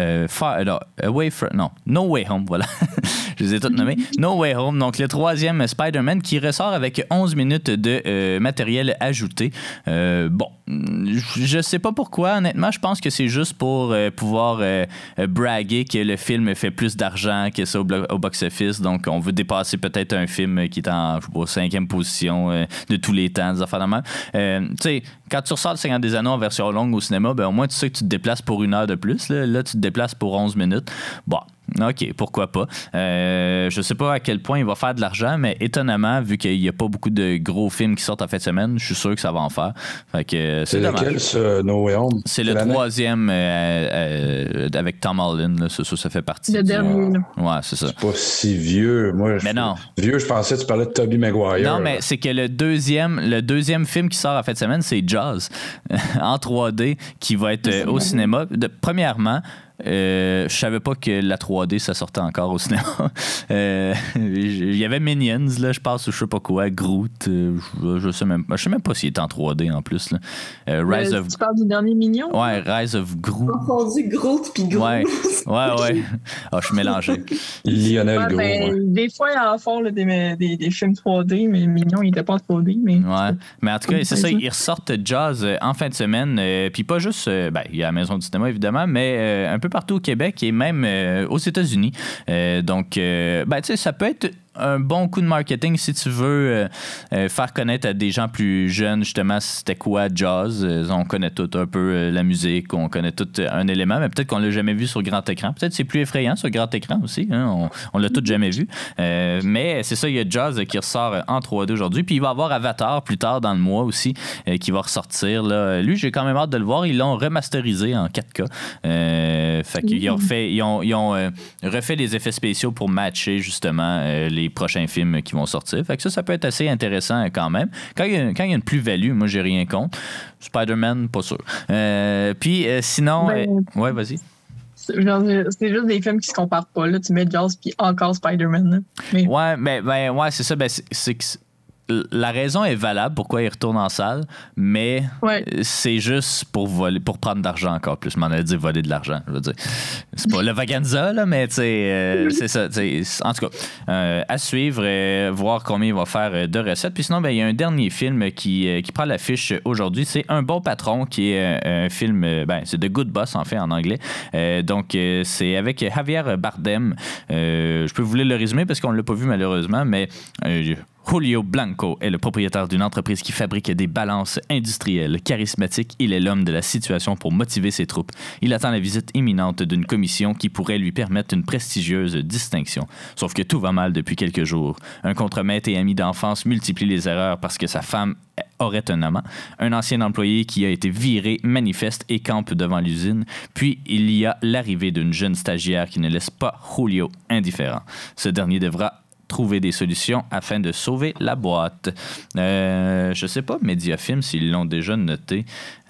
No Way Home, voilà. Je les ai toutes nommés. No Way Home, donc le 3e Spider-Man qui ressort avec 11 minutes de matériel ajouté. Bon, je sais pas pourquoi, honnêtement. Je pense que c'est juste pour pouvoir braguer que le film fait plus d'argent que ça au box-office. Donc, on veut dépasser peut-être un film qui est en 5e position de tous les temps, des affaires de même. Tu sais, quand tu ressors le Seigneur des Anneaux en version longue au cinéma, ben, au moins, tu sais que tu te déplaces pour 1 heure de plus. Là, tu te déplaces pour 11 minutes. Bon. OK, pourquoi pas. Je sais pas à quel point il va faire de l'argent, mais étonnamment, vu qu'il n'y a pas beaucoup de gros films qui sortent en fin de semaine, je suis sûr que ça va en faire. Fait que, c'est dommage. Lequel, ce No Way Home? C'est le 3e avec Tom Holland. Là, ça fait partie. Le dernier. Ouais, c'est ça. C'est pas si vieux. Moi, mais non. Vieux, je pensais que tu parlais de Tobey Maguire. Non, mais c'est que le deuxième film qui sort en fin de semaine, c'est Jaws en 3D qui va être au cinéma. Premièrement, je savais pas que la 3D ça sortait encore au cinéma. Il y avait Minions là, je pense, ou je sais pas quoi, Groot, je sais même pas s'il était en 3D en plus là. Tu parles du dernier Mignon? Ouais, Rise of Groot. Confondu Groot puis Groot. Ouais. Ah, je suis mélangé. Lionel Groot. Ben, des fois ils en font là, des films 3D, mais Mignon il était pas en 3D, mais ouais. Mais en tout cas, c'est ça, ils ressortent Jaws en fin de semaine, puis pas juste ben il y a la maison du cinéma évidemment, mais un peu partout au Québec et même aux États-Unis. Donc, ben, tu sais, ça peut être un bon coup de marketing si tu veux faire connaître à des gens plus jeunes, justement, c'était quoi Jaws. On connaît tout un peu la musique, on connaît tout un élément, mais peut-être qu'on l'a jamais vu sur grand écran. Peut-être que c'est plus effrayant sur grand écran aussi. Hein? On l'a tout jamais vu. Mais c'est ça, il y a Jaws qui ressort en 3D aujourd'hui. Puis il va y avoir Avatar plus tard dans le mois aussi qui va ressortir. Là. Lui, j'ai quand même hâte de le voir. Ils l'ont remasterisé en 4K. Fait qu'ils ont refait les effets spéciaux pour matcher justement les prochains films qui vont sortir. Fait que ça peut être assez intéressant quand même. Quand il y a une plus-value, moi, j'ai rien contre. Spider-Man, pas sûr. Puis sinon... ouais, vas-y. C'est juste des films qui se comparent pas. Là, tu mets Jaws puis encore Spider-Man. Mais... Ouais, c'est ça. La raison est valable pourquoi il retourne en salle, mais c'est juste pour prendre de l'argent encore plus. Je m'en ai dit voler de l'argent. Je veux dire, c'est pas le Vaganza, là, mais c'est ça. En tout cas, à suivre, voir combien il va faire de recettes. Puis sinon, il y a un dernier film qui prend l'affiche aujourd'hui. C'est Un bon patron, qui est un film, c'est The Good Boss en fait en anglais. Donc, c'est avec Javier Bardem. Je peux vous le résumer parce qu'on l'a pas vu malheureusement, mais Julio Blanco est le propriétaire d'une entreprise qui fabrique des balances industrielles. Charismatique, il est l'homme de la situation pour motiver ses troupes. Il attend la visite imminente d'une commission qui pourrait lui permettre une prestigieuse distinction. Sauf que tout va mal depuis quelques jours. Un contremaître et ami d'enfance multiplie les erreurs parce que sa femme aurait un amant. Un ancien employé qui a été viré manifeste et campe devant l'usine. Puis, il y a l'arrivée d'une jeune stagiaire qui ne laisse pas Julio indifférent. Ce dernier devra trouver des solutions afin de sauver la boîte. Je sais pas, Mediafilm, s'ils l'ont déjà noté.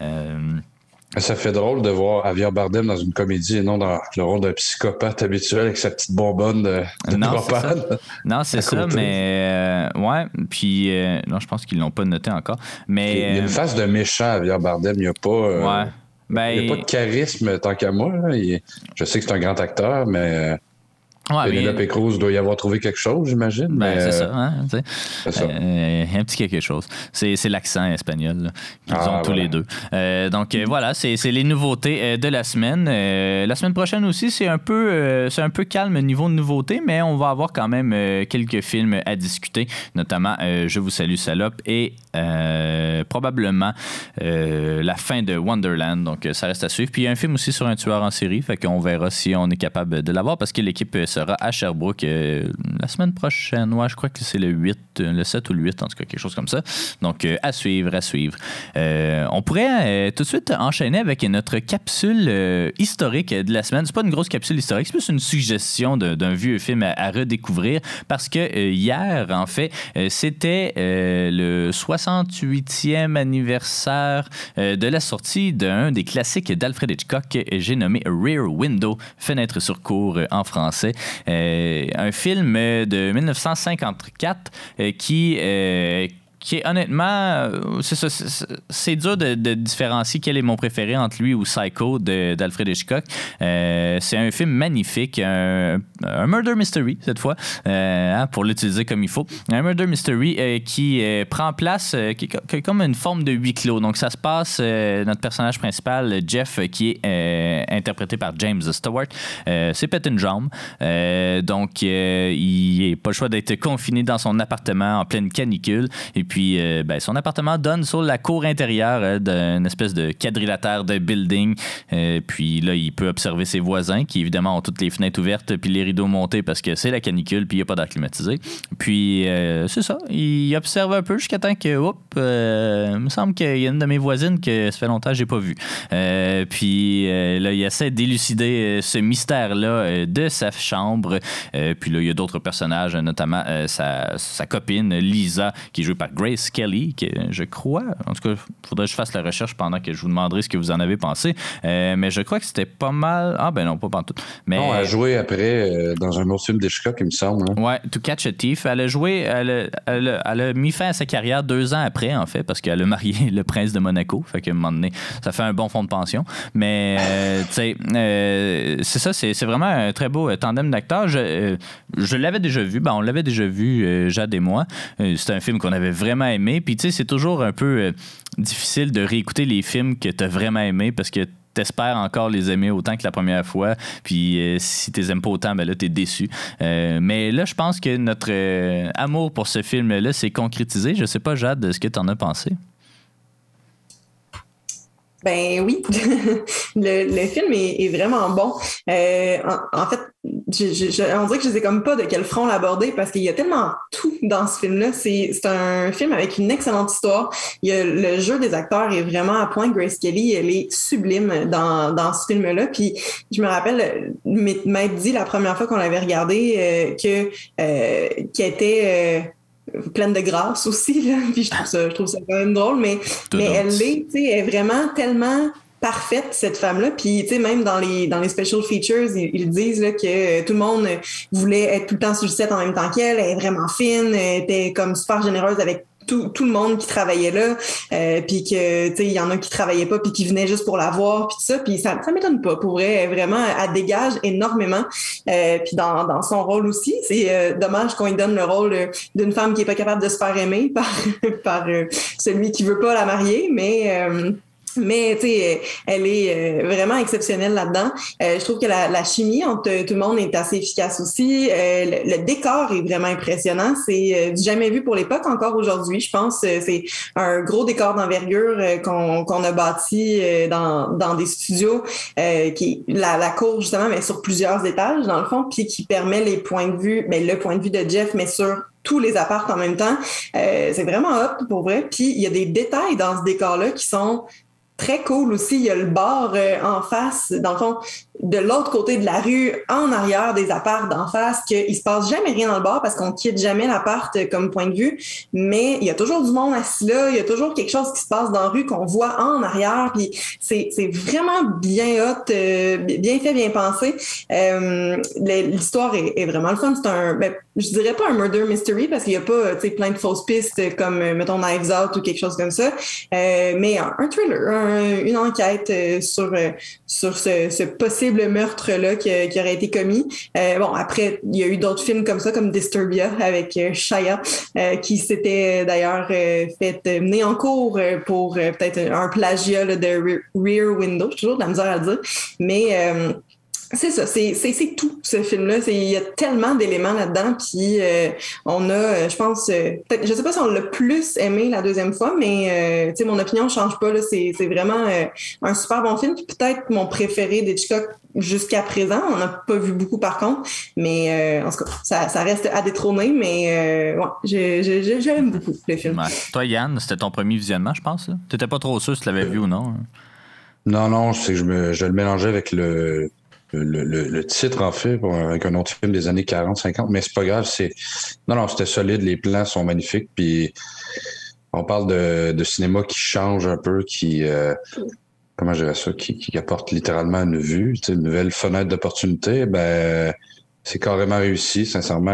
Ça fait drôle de voir Javier Bardem dans une comédie et non dans le rôle d'un psychopathe habituel avec sa petite bonbonne de propane. Non, c'est ça, mais ouais. Puis, non, je pense qu'ils l'ont pas noté encore. Mais, il y a une face de méchant, Javier Bardem. Il n'y a pas... il n'y a pas de charisme tant qu'à moi. Là. Je sais que c'est un grand acteur, mais... Penelope Cruz doit y avoir trouvé quelque chose, j'imagine. C'est ça, hein, c'est ça. Un petit quelque chose. C'est l'accent espagnol là, qu'ils ont tous les deux. Donc voilà, c'est les nouveautés de la semaine. La semaine prochaine aussi, c'est un peu calme niveau de nouveautés, mais on va avoir quand même quelques films à discuter, notamment Je vous salue salope et probablement la fin de Wonderland. Donc ça reste à suivre. Puis il y a un film aussi sur un tueur en série, fait qu'on verra si on est capable de l'avoir parce que l'équipe sera à Sherbrooke la semaine prochaine. Ouais, je crois que c'est le 7 ou le 8, en tout cas, quelque chose comme ça. Donc, à suivre. On pourrait tout de suite enchaîner avec notre capsule historique de la semaine. C'est pas une grosse capsule historique, c'est plus une suggestion d'un vieux film à redécouvrir parce que hier, en fait, c'était le 68e anniversaire de la sortie d'un des classiques d'Alfred Hitchcock, j'ai nommé Rear Window, Fenêtre sur cour en français. Un film de 1954 qui est honnêtement, c'est dur de différencier quel est mon préféré entre lui ou Psycho d'Alfred Hitchcock. C'est un film magnifique, un murder mystery cette fois, pour l'utiliser comme il faut. Un murder mystery qui prend place, qui est comme une forme de huis clos. Donc ça se passe, notre personnage principal, Jeff, qui est interprété par James Stewart, s'est pété une jambe. Donc il n'a pas le choix d'être confiné dans son appartement en pleine canicule. Et puis, son appartement donne sur la cour intérieure d'une espèce de quadrilatère de building. Puis là, il peut observer ses voisins qui, évidemment, ont toutes les fenêtres ouvertes puis les rideaux montés parce que c'est la canicule puis il n'y a pas d'air climatisé. Puis, c'est ça. Il observe un peu jusqu'à temps que, il me semble qu'il y a une de mes voisines que ça fait longtemps que je n'ai pas vue. Puis là, il essaie d'élucider ce mystère-là de sa chambre. Puis là, il y a d'autres personnages, notamment sa copine, Lisa, qui est jouée par Grace Kelly, que je crois, en tout cas, il faudrait que je fasse la recherche pendant que je vous demanderai ce que vous en avez pensé, mais je crois que c'était pas mal. Ah ben non, pas pantoute. Mais non, elle a joué après dans un autre film d'Hitchcock, il me semble. Hein. Ouais, To Catch a Thief. Elle a joué, elle a mis fin à sa carrière 2 ans après, en fait, parce qu'elle a marié le prince de Monaco, fait qu'à un moment donné, ça fait un bon fonds de pension. Mais, tu sais, c'est ça, c'est vraiment un très beau tandem d'acteurs. Je l'avais déjà vu, on l'avait déjà vu, Jade et moi. C'était un film qu'on avait vraiment aimé. Puis, tu sais, c'est toujours un peu difficile de réécouter les films que tu as vraiment aimés parce que t'espères encore les aimer autant que la première fois. Puis si tu les aimes pas autant, ben là, t'es déçu. Mais là, je pense que notre amour pour ce film-là s'est concrétisé. Je sais pas, Jade, de ce que t'en as pensé. Ben oui, le film est vraiment bon. En fait, on dirait que je sais comme pas de quel front l'aborder parce qu'il y a tellement tout dans ce film-là. C'est un film avec une excellente histoire. Le jeu des acteurs est vraiment à point. Grace Kelly, elle est sublime dans ce film-là. Puis je me rappelle m'être dit la première fois qu'on l'avait regardé qu'elle était pleine de grâce aussi, là. Puis je trouve ça quand même drôle, mais elle est vraiment tellement parfaite, cette femme-là. Puis, tu sais, même dans les special features, ils disent là, que tout le monde voulait être tout le temps sur le set en même temps qu'elle. Elle est vraiment fine, elle était comme super généreuse avec tout le monde qui travaillait là, puis que, tu sais, il y en a qui travaillaient pas puis qui venaient juste pour la voir, puis tout ça, puis ça m'étonne pas, pour vrai, vraiment, elle dégage énormément, puis dans son rôle aussi, c'est dommage qu'on lui donne le rôle d'une femme qui est pas capable de se faire aimer par celui qui veut pas la marier, mais tu sais, elle est vraiment exceptionnelle là-dedans. Je trouve que la chimie entre tout le monde est assez efficace aussi. Le décor est vraiment impressionnant. C'est du jamais vu pour l'époque encore aujourd'hui. Je pense c'est un gros décor d'envergure qu'on a bâti dans des studios qui la cour justement, mais sur plusieurs étages dans le fond, puis qui permet le point de vue de Jeff, mais sur tous les apparts en même temps. C'est vraiment hot pour vrai. Puis il y a des détails dans ce décor-là qui sont très cool aussi. Il y a le bar en face, dans le fond, de l'autre côté de la rue, en arrière des apparts d'en face, qu'il se passe jamais rien dans le bar parce qu'on quitte jamais l'appart comme point de vue, mais il y a toujours du monde assis là, il y a toujours quelque chose qui se passe dans la rue qu'on voit en arrière, puis c'est vraiment bien hot, bien fait, bien pensé. L'histoire est vraiment le fun. C'est je dirais pas un murder mystery parce qu'il y a pas, tu sais, plein de fausses pistes comme, mettons, Knives Out ou quelque chose comme ça, mais un thriller, une enquête sur ce possible meurtre-là qui aurait été commis. Bon, après, il y a eu d'autres films comme ça, comme Disturbia avec Shia, qui s'était d'ailleurs fait mener en cours pour peut-être un plagiat là, de Rear Window. J'ai toujours de la misère à le dire, mais c'est ça, c'est tout ce film-là. Il y a tellement d'éléments là-dedans, puis on a, je pense, peut-être, je sais pas si on l'a plus aimé la deuxième fois, mais tu sais, mon opinion change pas là. C'est vraiment un super bon film, puis peut-être mon préféré d'Hitchcock jusqu'à présent. On n'a pas vu beaucoup par contre, mais en tout cas, ça reste à détrôner, mais ouais, j'aime beaucoup le film. Ouais. Toi, Yann, c'était ton premier visionnement, je pense. T'étais pas trop sûr si tu l'avais vu ou non. Non, c'est que je le mélangeais avec le titre, en fait, avec un autre film des années 40-50, mais c'est pas grave. Non, c'était solide. Les plans sont magnifiques. Puis on parle de cinéma qui change un peu, qui comment je dirais ça, qui apporte littéralement une vue, une nouvelle fenêtre d'opportunité. Ben, c'est carrément réussi. Sincèrement,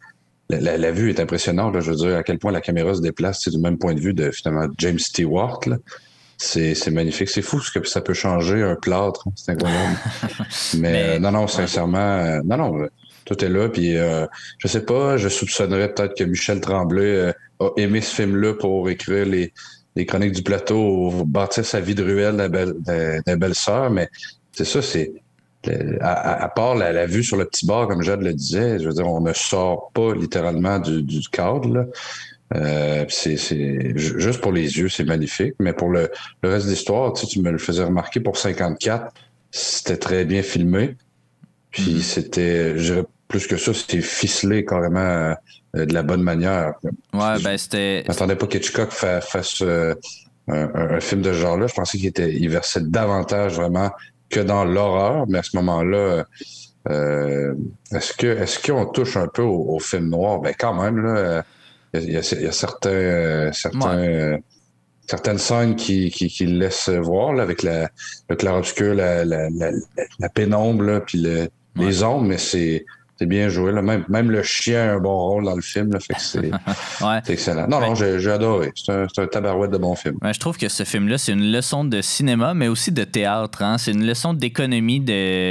la vue est impressionnante. Là, je veux dire à quel point la caméra se déplace du même point de vue de finalement James Stewart. Là. C'est magnifique. C'est fou ce que ça peut changer un plâtre. C'est incroyable. Mais non, sincèrement, tout est là. Puis je sais pas, je soupçonnerais peut-être que Michel Tremblay a aimé ce film-là pour écrire les chroniques du plateau, bâtir sa vie de ruelle d'un belle-sœur. Mais c'est ça, c'est à part la vue sur le petit bar, comme Jade le disait, je veux dire, on ne sort pas littéralement du cadre, là. C'est juste pour les yeux, c'est magnifique, mais pour le reste de l'histoire, tu me le faisais remarquer, pour 54, c'était très bien filmé, puis c'était, je dirais plus que ça, c'était ficelé carrément de la bonne manière. Ouais, ben c'était... Je m'attendais pas qu'Hitchcock fasse un film de ce genre-là. Je pensais qu'il versait davantage vraiment que dans l'horreur, mais à ce moment-là, est-ce qu'on touche un peu au film noir? Ben quand même, là... Il y a certaines scènes qui laissent voir là, avec le clair-obscur, la pénombre, là, puis les ombres, mais c'est C'est bien joué. Là. Même le chien a un bon rôle dans le film. Là, fait que c'est excellent. Non, j'ai adoré. C'est un tabarouette de bon film. Ouais, je trouve que ce film-là, c'est une leçon de cinéma, mais aussi de théâtre. Hein? C'est une leçon d'économie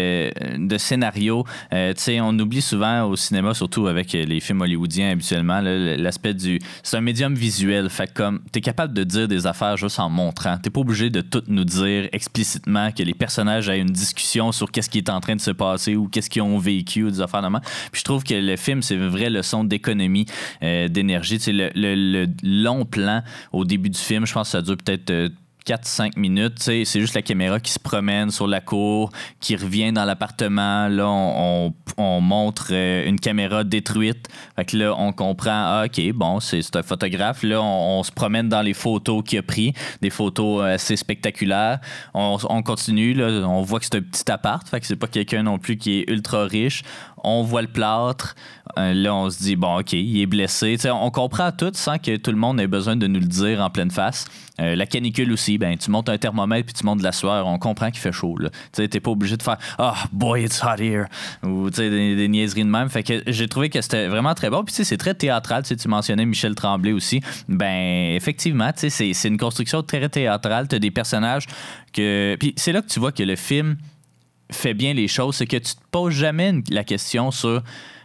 de scénario. On oublie souvent au cinéma, surtout avec les films hollywoodiens habituellement, là, l'aspect du... C'est un médium visuel. Fait que comme t'es capable de dire des affaires juste en montrant. T'es pas obligé de tout nous dire explicitement, que les personnages aient une discussion sur qu'est-ce qui est en train de se passer ou qu'est-ce qu'ils ont vécu ou des affaires de même. Puis je trouve que le film, c'est une vraie leçon d'économie d'énergie. Le long plan au début du film, je pense que ça dure peut-être 4-5 minutes, c'est juste la caméra qui se promène sur la cour, qui revient dans l'appartement. Là, on montre une caméra détruite. Fait que là, on comprend, OK, bon, c'est un photographe. Là, on se promène dans les photos qu'il a pris, des photos assez spectaculaires. On continue, là, on voit que c'est un petit appart, fait que c'est pas quelqu'un non plus qui est ultra riche. On voit le plâtre. Là, on se dit, bon, OK, il est blessé. T'sais, on comprend tout sans que tout le monde ait besoin de nous le dire en pleine face. La canicule aussi, ben, tu montes un thermomètre puis tu montes de la sueur. On comprend qu'il fait chaud. Tu n'es pas obligé de faire « Oh, boy, it's hot here » ou des niaiseries de même. Fait que j'ai trouvé que c'était vraiment très bon. Puis c'est très théâtral. Tu mentionnais Michel Tremblay aussi. Ben, effectivement, c'est une construction très théâtrale. Tu as des personnages que... Puis c'est là que tu vois que le film fait bien les choses. C'est que tu te poses jamais la question sur...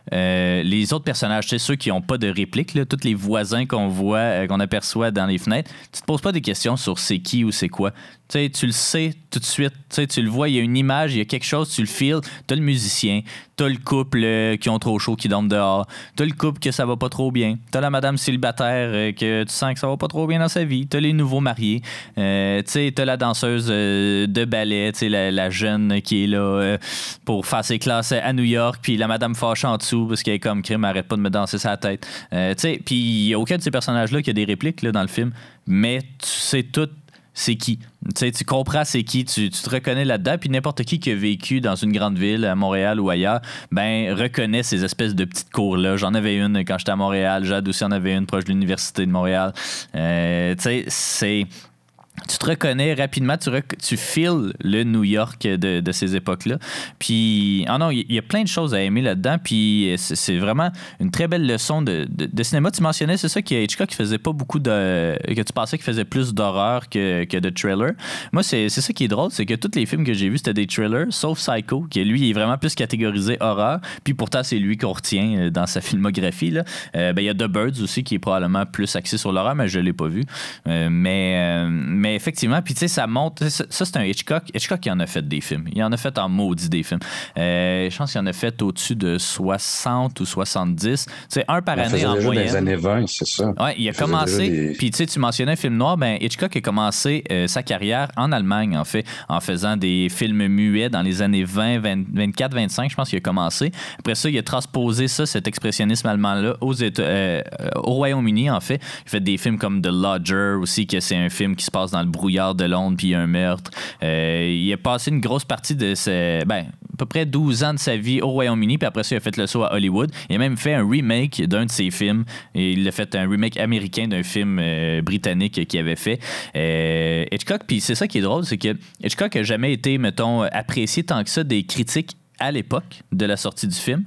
les autres personnages, ceux qui n'ont pas de réplique, là, tous les voisins qu'on voit, qu'on aperçoit dans les fenêtres, tu te poses pas des questions sur c'est qui ou c'est quoi. Tu le sais tout de suite. Tu le vois, il y a une image, il y a quelque chose, tu le feels. Tu as le musicien, tu as le couple qui ont trop chaud, qui dorment dehors. Tu as le couple que ça va pas trop bien. Tu as la madame célibataire que tu sens que ça va pas trop bien dans sa vie. Tu as les nouveaux mariés. Tu as la danseuse de ballet, la jeune qui est là pour faire ses classes à New York, puis la madame fâchée en dessous parce qu'elle est comme crime, arrête pas de me danser sa tête. Puis il n'y a aucun de ces personnages-là qui a des répliques là, dans le film, mais tu sais tout c'est qui. Tu comprends c'est qui, tu te reconnais là-dedans, puis n'importe qui a vécu dans une grande ville, à Montréal ou ailleurs, ben reconnaît ces espèces de petites cours-là. J'en avais une quand j'étais à Montréal, Jade aussi en avait une proche de l'Université de Montréal. Tu sais, c'est... Tu te reconnais rapidement, tu feels le New York de ces époques-là. Puis, non, il y a plein de choses à aimer là-dedans. Puis, c'est vraiment une très belle leçon de cinéma. Tu mentionnais, c'est ça, Hitchcock qui faisait pas beaucoup de... que tu pensais qu'il faisait plus d'horreur que de thriller. Moi, c'est ça qui est drôle, c'est que tous les films que j'ai vus, c'était des thrillers, sauf Psycho, qui lui, est vraiment plus catégorisé horreur. Puis, pourtant, c'est lui qu'on retient dans sa filmographie, là. Il y a The Birds aussi, qui est probablement plus axé sur l'horreur, mais je l'ai pas vu. Mais effectivement, puis tu sais, ça monte. Ça, c'est un Hitchcock. Hitchcock, il en a fait des films. Il en a fait en maudit des films. Je pense qu'il en a fait au-dessus de 60 ou 70. Tu sais, un par année en moyenne. Dans les années 20, c'est ça. Ouais, il a commencé. Puis tu sais, tu mentionnais un film noir. Ben, Hitchcock a commencé sa carrière en Allemagne, en fait, en faisant des films muets dans les années 20, 24, 25. Je pense qu'il a commencé. Après ça, il a transposé ça, cet expressionnisme allemand-là, au Royaume-Uni, en fait. Il fait des films comme The Lodger aussi, que c'est un film qui se passe dans le brouillard de Londres, puis il y a un meurtre. Il a passé une grosse partie de à peu près 12 ans de sa vie au Royaume-Uni, puis après ça, il a fait le saut à Hollywood. Il a même fait un remake d'un de ses films. Et il a fait un remake américain d'un film britannique qu'il avait fait. Hitchcock, puis c'est ça qui est drôle, c'est que Hitchcock n'a jamais été, mettons, apprécié tant que ça des critiques à l'époque de la sortie du film.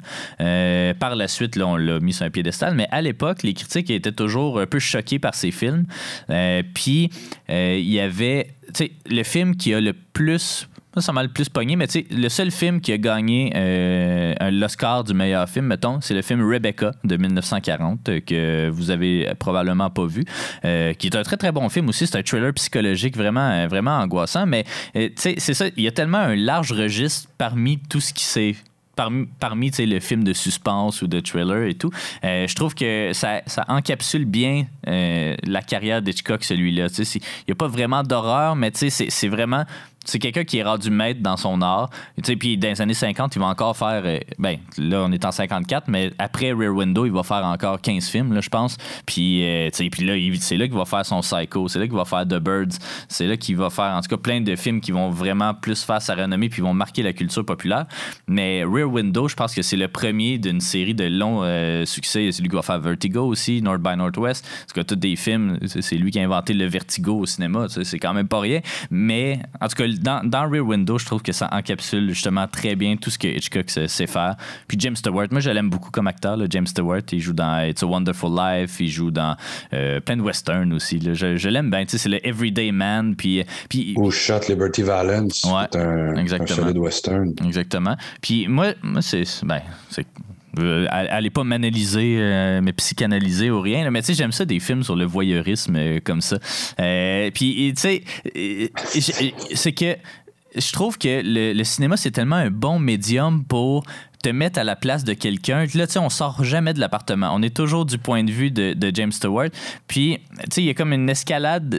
Par la suite, là, on l'a mis sur un piédestal, mais à l'époque, les critiques étaient toujours un peu choqués par ces films. Puis, il y avait, tu sais, le film qui a le plus... Ça m'a le plus pogné, mais tu sais, le seul film qui a gagné l'Oscar du meilleur film, mettons, c'est le film Rebecca de 1940, que vous avez probablement pas vu, qui est un très très bon film aussi. C'est un thriller psychologique vraiment, vraiment angoissant, mais tu sais, c'est ça, il y a tellement un large registre parmi tout ce qui s'est... Parmi le film de suspense ou de thriller et tout, je trouve que ça encapsule bien la carrière d'Hitchcock, celui-là. Il n'y a pas vraiment d'horreur, mais c'est vraiment... C'est quelqu'un qui est rendu maître dans son art. Puis dans les années 50, il va encore faire... là, on est en 54, mais après Rear Window, il va faire encore 15 films, là, je pense. Puis là, c'est là qu'il va faire son Psycho. C'est là qu'il va faire The Birds. C'est là qu'il va faire, en tout cas, plein de films qui vont vraiment plus faire sa renommée puis vont marquer la culture populaire. Mais Rear Window, je pense que c'est le premier d'une série de longs succès. C'est lui qui va faire Vertigo aussi, North by Northwest. En tout cas, tous des films, c'est lui qui a inventé le vertigo au cinéma. C'est quand même pas rien. Mais, en tout cas, dans Rear Window, je trouve que ça encapsule justement très bien tout ce que Hitchcock sait faire. Puis James Stewart, moi je l'aime beaucoup comme acteur, là. James Stewart, il joue dans It's a Wonderful Life, il joue dans plein de westerns aussi, là. Je l'aime bien, tu sais, c'est le Everyday Man. Puis Ou Shot Liberty Valance, c'est un solide western. Exactement. Puis moi c'est allez pas m'analyser, me psychanalyser ou rien, là, mais tu sais, j'aime ça des films sur le voyeurisme comme ça. Puis, tu sais, c'est que je trouve que le cinéma, c'est tellement un bon médium pour te mettre à la place de quelqu'un. Là, tu sais, on sort jamais de l'appartement. On est toujours du point de vue de James Stewart. Puis, tu sais, il y a comme une escalade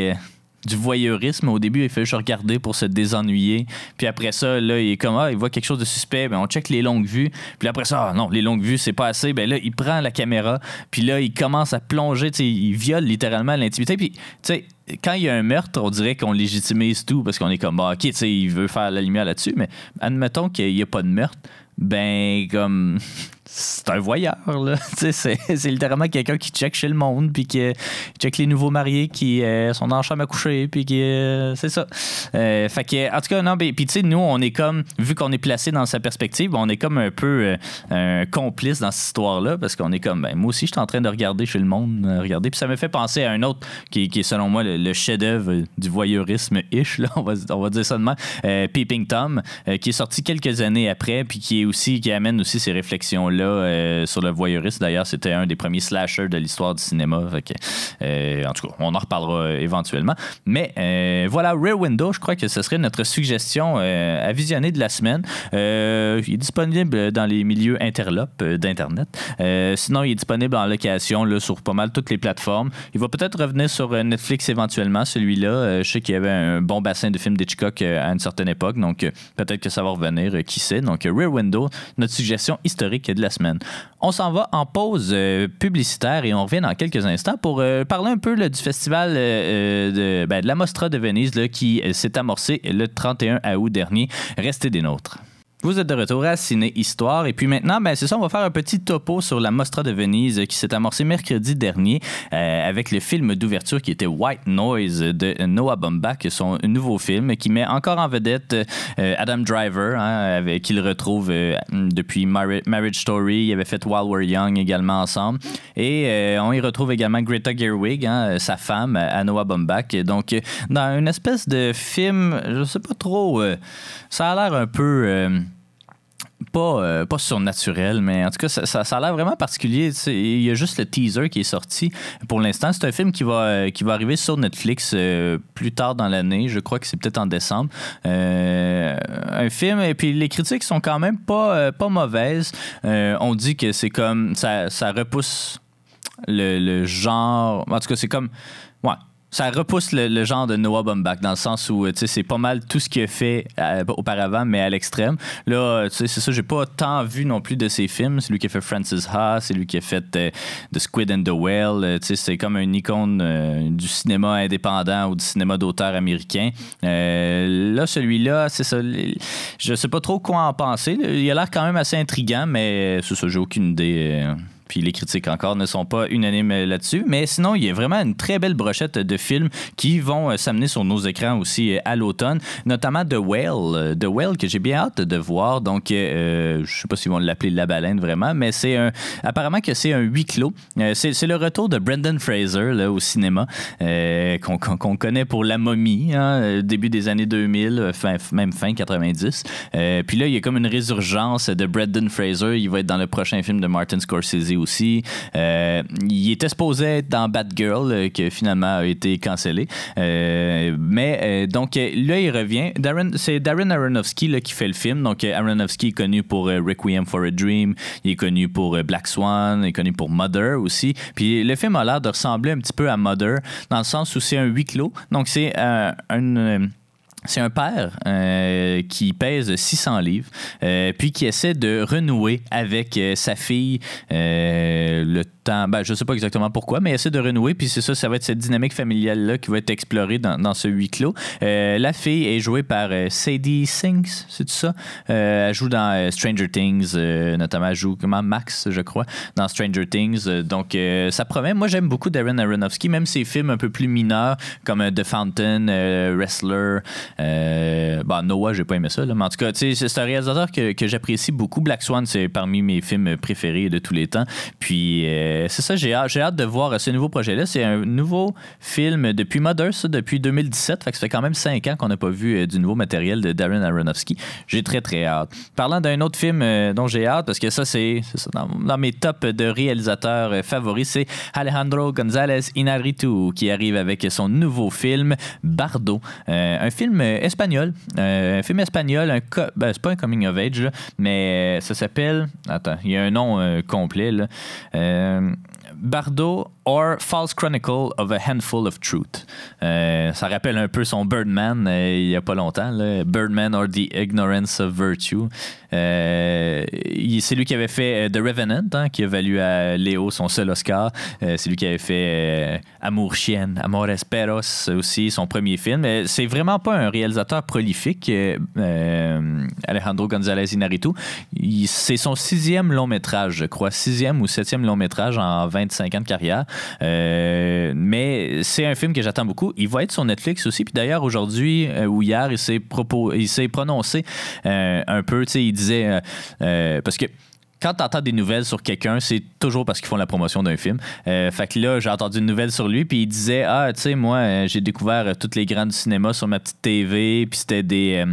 du voyeurisme. Au début, il fait juste regarder pour se désennuyer. Puis après ça, là, il est comme, il voit quelque chose de suspect. Ben, on check les longues vues. Puis après ça, non, les longues vues, c'est pas assez. Ben là, il prend la caméra. Puis là, il commence à plonger. Tu sais, il viole littéralement l'intimité. Puis, tu sais, quand il y a un meurtre, on dirait qu'on légitimise tout parce qu'on est comme, OK, tu sais, il veut faire la lumière là-dessus. Mais admettons qu'il n'y a pas de meurtre. Ben, comme, c'est un voyeur, là. Tu sais, c'est littéralement quelqu'un qui check chez le monde, puis qui check les nouveaux mariés qui sont dans la chambre à coucher, puis qui. C'est ça. Fait que, en tout cas, non, puis tu sais, nous, on est comme, vu qu'on est placé dans sa perspective, on est comme un peu complice dans cette histoire-là, parce qu'on est comme, ben, moi aussi, je suis en train de regarder chez le monde, regarder. Puis ça me fait penser à un autre qui est selon moi, le chef-d'œuvre du voyeurisme-ish, là, on va dire ça de même, Peeping Tom, qui est sorti quelques années après, puis qui amène aussi ces réflexions-là sur le voyeurisme. D'ailleurs, c'était un des premiers slashers de l'histoire du cinéma. Fait que, en tout cas, on en reparlera éventuellement. Mais voilà, Rear Window, je crois que ce serait notre suggestion à visionner de la semaine. Il est disponible dans les milieux interlopes d'Internet. Sinon, il est disponible en location là, sur pas mal toutes les plateformes. Il va peut-être revenir sur Netflix éventuellement, celui-là. Je sais qu'il y avait un bon bassin de films d'Hitchcock à une certaine époque, donc peut-être que ça va revenir, qui sait. Donc, Rear Window, notre suggestion historique de la semaine. On s'en va en pause publicitaire et on revient dans quelques instants pour parler un peu là, du festival de la Mostra de Venise là, qui s'est amorcé le 31 août dernier. Restez des nôtres. Vous êtes de retour à Ciné Histoire et puis maintenant, c'est ça, on va faire un petit topo sur la Mostra de Venise qui s'est amorcée mercredi dernier avec le film d'ouverture qui était White Noise de Noah Baumbach, son nouveau film qui met encore en vedette Adam Driver, qu'il retrouve depuis Marriage Story. Il avait fait While We're Young également ensemble et on y retrouve également Greta Gerwig, sa femme, à Noah Baumbach. Donc, dans une espèce de film, je sais pas trop, ça a l'air un peu... Pas surnaturel, mais en tout cas, ça a l'air vraiment particulier. Il y a juste le teaser qui est sorti. Pour l'instant, c'est un film qui va arriver sur Netflix plus tard dans l'année. Je crois que c'est peut-être en décembre. Un film, et puis les critiques sont quand même pas mauvaises. On dit que c'est comme... Ça repousse le genre... En tout cas, c'est comme... Ouais. Ça repousse le genre de Noah Baumbach dans le sens où c'est pas mal tout ce qu'il a fait auparavant, mais à l'extrême. Là, c'est ça, j'ai pas tant vu non plus de ses films. C'est lui qui a fait Frances Ha, c'est lui qui a fait The Squid and the Whale. C'est comme une icône du cinéma indépendant ou du cinéma d'auteur américain. Là, celui-là, c'est ça. Je sais pas trop quoi en penser. Il a l'air quand même assez intriguant, mais c'est ça, j'ai aucune idée. Puis les critiques encore ne sont pas unanimes là-dessus. Mais sinon, il y a vraiment une très belle brochette de films qui vont s'amener sur nos écrans aussi à l'automne, notamment The Whale. The Whale que j'ai bien hâte de voir. Donc, je sais pas s'ils vont l'appeler La Baleine vraiment, mais apparemment que c'est un huis clos. C'est le retour de Brendan Fraser là, au cinéma, qu'on connaît pour La Momie, début des années 2000, même fin 90. Puis là, il y a comme une résurgence de Brendan Fraser. Il va être dans le prochain film de Martin Scorsese aussi. Il était supposé être dans Batgirl, qui finalement a été cancellé. Donc là, il revient. C'est Darren Aronofsky là, qui fait le film. Donc Aronofsky est connu pour Requiem for a Dream. Il est connu pour Black Swan. Il est connu pour Mother aussi. Puis le film a l'air de ressembler un petit peu à Mother, dans le sens où c'est un huis clos. Donc c'est c'est un père qui pèse 600 livres, puis qui essaie de renouer avec sa fille le temps. Ben, je sais pas exactement pourquoi, mais essaie de renouer. Puis c'est ça, ça va être cette dynamique familiale-là qui va être explorée dans ce huis clos. La fille est jouée par Sadie Sink, c'est tout ça? Elle joue dans Stranger Things, notamment. Elle joue comment Max, je crois, dans Stranger Things. Donc, ça promet. Moi, j'aime beaucoup Darren Aronofsky, même ses films un peu plus mineurs, comme The Fountain, Wrestler. Noah, j'ai pas aimé ça, là, mais en tout cas, c'est un réalisateur que j'apprécie beaucoup. Black Swan, c'est parmi mes films préférés de tous les temps. Puis, c'est ça, j'ai hâte de voir ce nouveau projet-là. C'est un nouveau film depuis Mother, ça, depuis 2017. Fait que ça fait quand même 5 ans qu'on n'a pas vu du nouveau matériel de Darren Aronofsky. J'ai très, très hâte. Parlant d'un autre film dont j'ai hâte, parce que ça, c'est ça, dans mes tops de réalisateurs favoris, c'est Alejandro González Iñárritu qui arrive avec son nouveau film Bardo. Un film espagnol. C'est pas un coming of age, là, mais ça s'appelle... Attends, il y a un nom complet, là. Bardo or False Chronicle of a Handful of Truth. Ça rappelle un peu son Birdman il y a pas longtemps, là. Birdman or the Ignorance of Virtue. C'est lui qui avait fait The Revenant, hein, qui a valu à Léo son seul Oscar. C'est lui qui avait fait Amour Chienne, Amores Perros aussi, son premier film. C'est vraiment pas un réalisateur prolifique, Alejandro González Iñárritu. C'est son 6e long métrage, je crois. 6e ou 7e long métrage en 25 ans de carrière. Mais c'est un film que j'attends beaucoup. Il va être sur Netflix aussi. Puis d'ailleurs, aujourd'hui ou hier, il s'est prononcé un peu. Il disait... parce que quand tu entends des nouvelles sur quelqu'un, c'est toujours parce qu'ils font la promotion d'un film. Fait que là, j'ai entendu une nouvelle sur lui, puis il disait moi, j'ai découvert toutes les grands du cinéma sur ma petite TV, puis c'était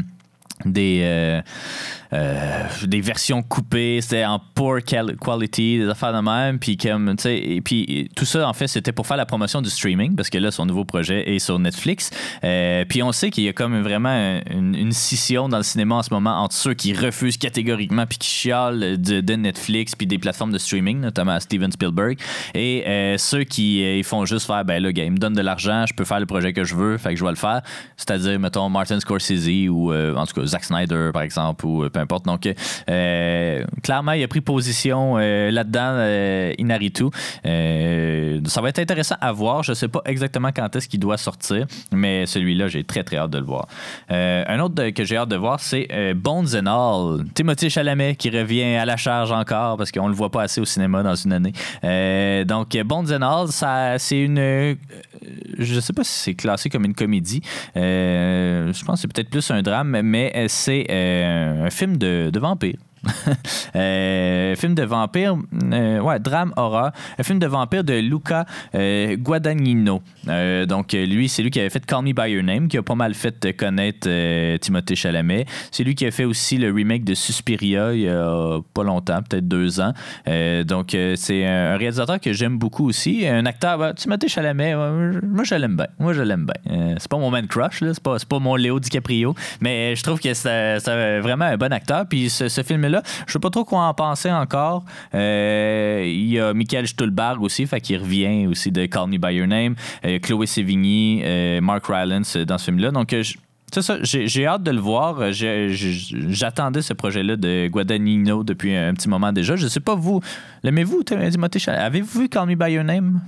des versions coupées, c'était en poor quality, des affaires de même, puis comme tu sais, et puis tout ça en fait c'était pour faire la promotion du streaming parce que là son nouveau projet est sur Netflix. Puis on sait qu'il y a comme vraiment une scission dans le cinéma en ce moment entre ceux qui refusent catégoriquement puis qui chialent de Netflix puis des plateformes de streaming, notamment Steven Spielberg, et ceux qui ils font juste faire ben là gars, il me donne de l'argent, je peux faire le projet que je veux, fait que je vais le faire, c'est-à-dire mettons Martin Scorsese ou en tout cas Zack Snyder par exemple ou peu importe. Donc clairement il a pris position là-dedans, Iñárritu. Ça va être intéressant à voir. Je sais pas exactement quand est-ce qu'il doit sortir, mais celui-là j'ai très très hâte de le voir. Un autre que j'ai hâte de voir, c'est Bones and All, Timothée Chalamet qui revient à la charge encore parce qu'on le voit pas assez au cinéma dans une année. Donc Bones and All, ça c'est une je sais pas si c'est classé comme une comédie. Je pense que c'est peut-être plus un drame, mais c'est un film de vampire. Film de vampire, drame horreur, un film de vampire de Luca Guadagnino. Donc lui, c'est lui qui avait fait Call Me By Your Name, qui a pas mal fait connaître Timothée Chalamet. C'est lui qui a fait aussi le remake de Suspiria il y a pas longtemps, peut-être 2 ans. Donc c'est un réalisateur que j'aime beaucoup aussi, un acteur, Timothée Chalamet, moi je l'aime bien. C'est pas mon man crush, là, c'est pas mon Léo DiCaprio, mais je trouve que c'est vraiment un bon acteur. Puis ce film-là, je sais pas trop quoi en penser encore. Il y a Michael Stuhlbarg aussi, fait qu'il revient aussi de Call Me By Your Name. Chloé Sevigny, Mark Rylance dans ce film-là. Donc, c'est ça, j'ai hâte de le voir. J'attendais ce projet-là de Guadagnino depuis un petit moment déjà. Je sais pas, vous, l'aimez-vous, Timothée Chalamet? Avez-vous vu Call Me By Your Name?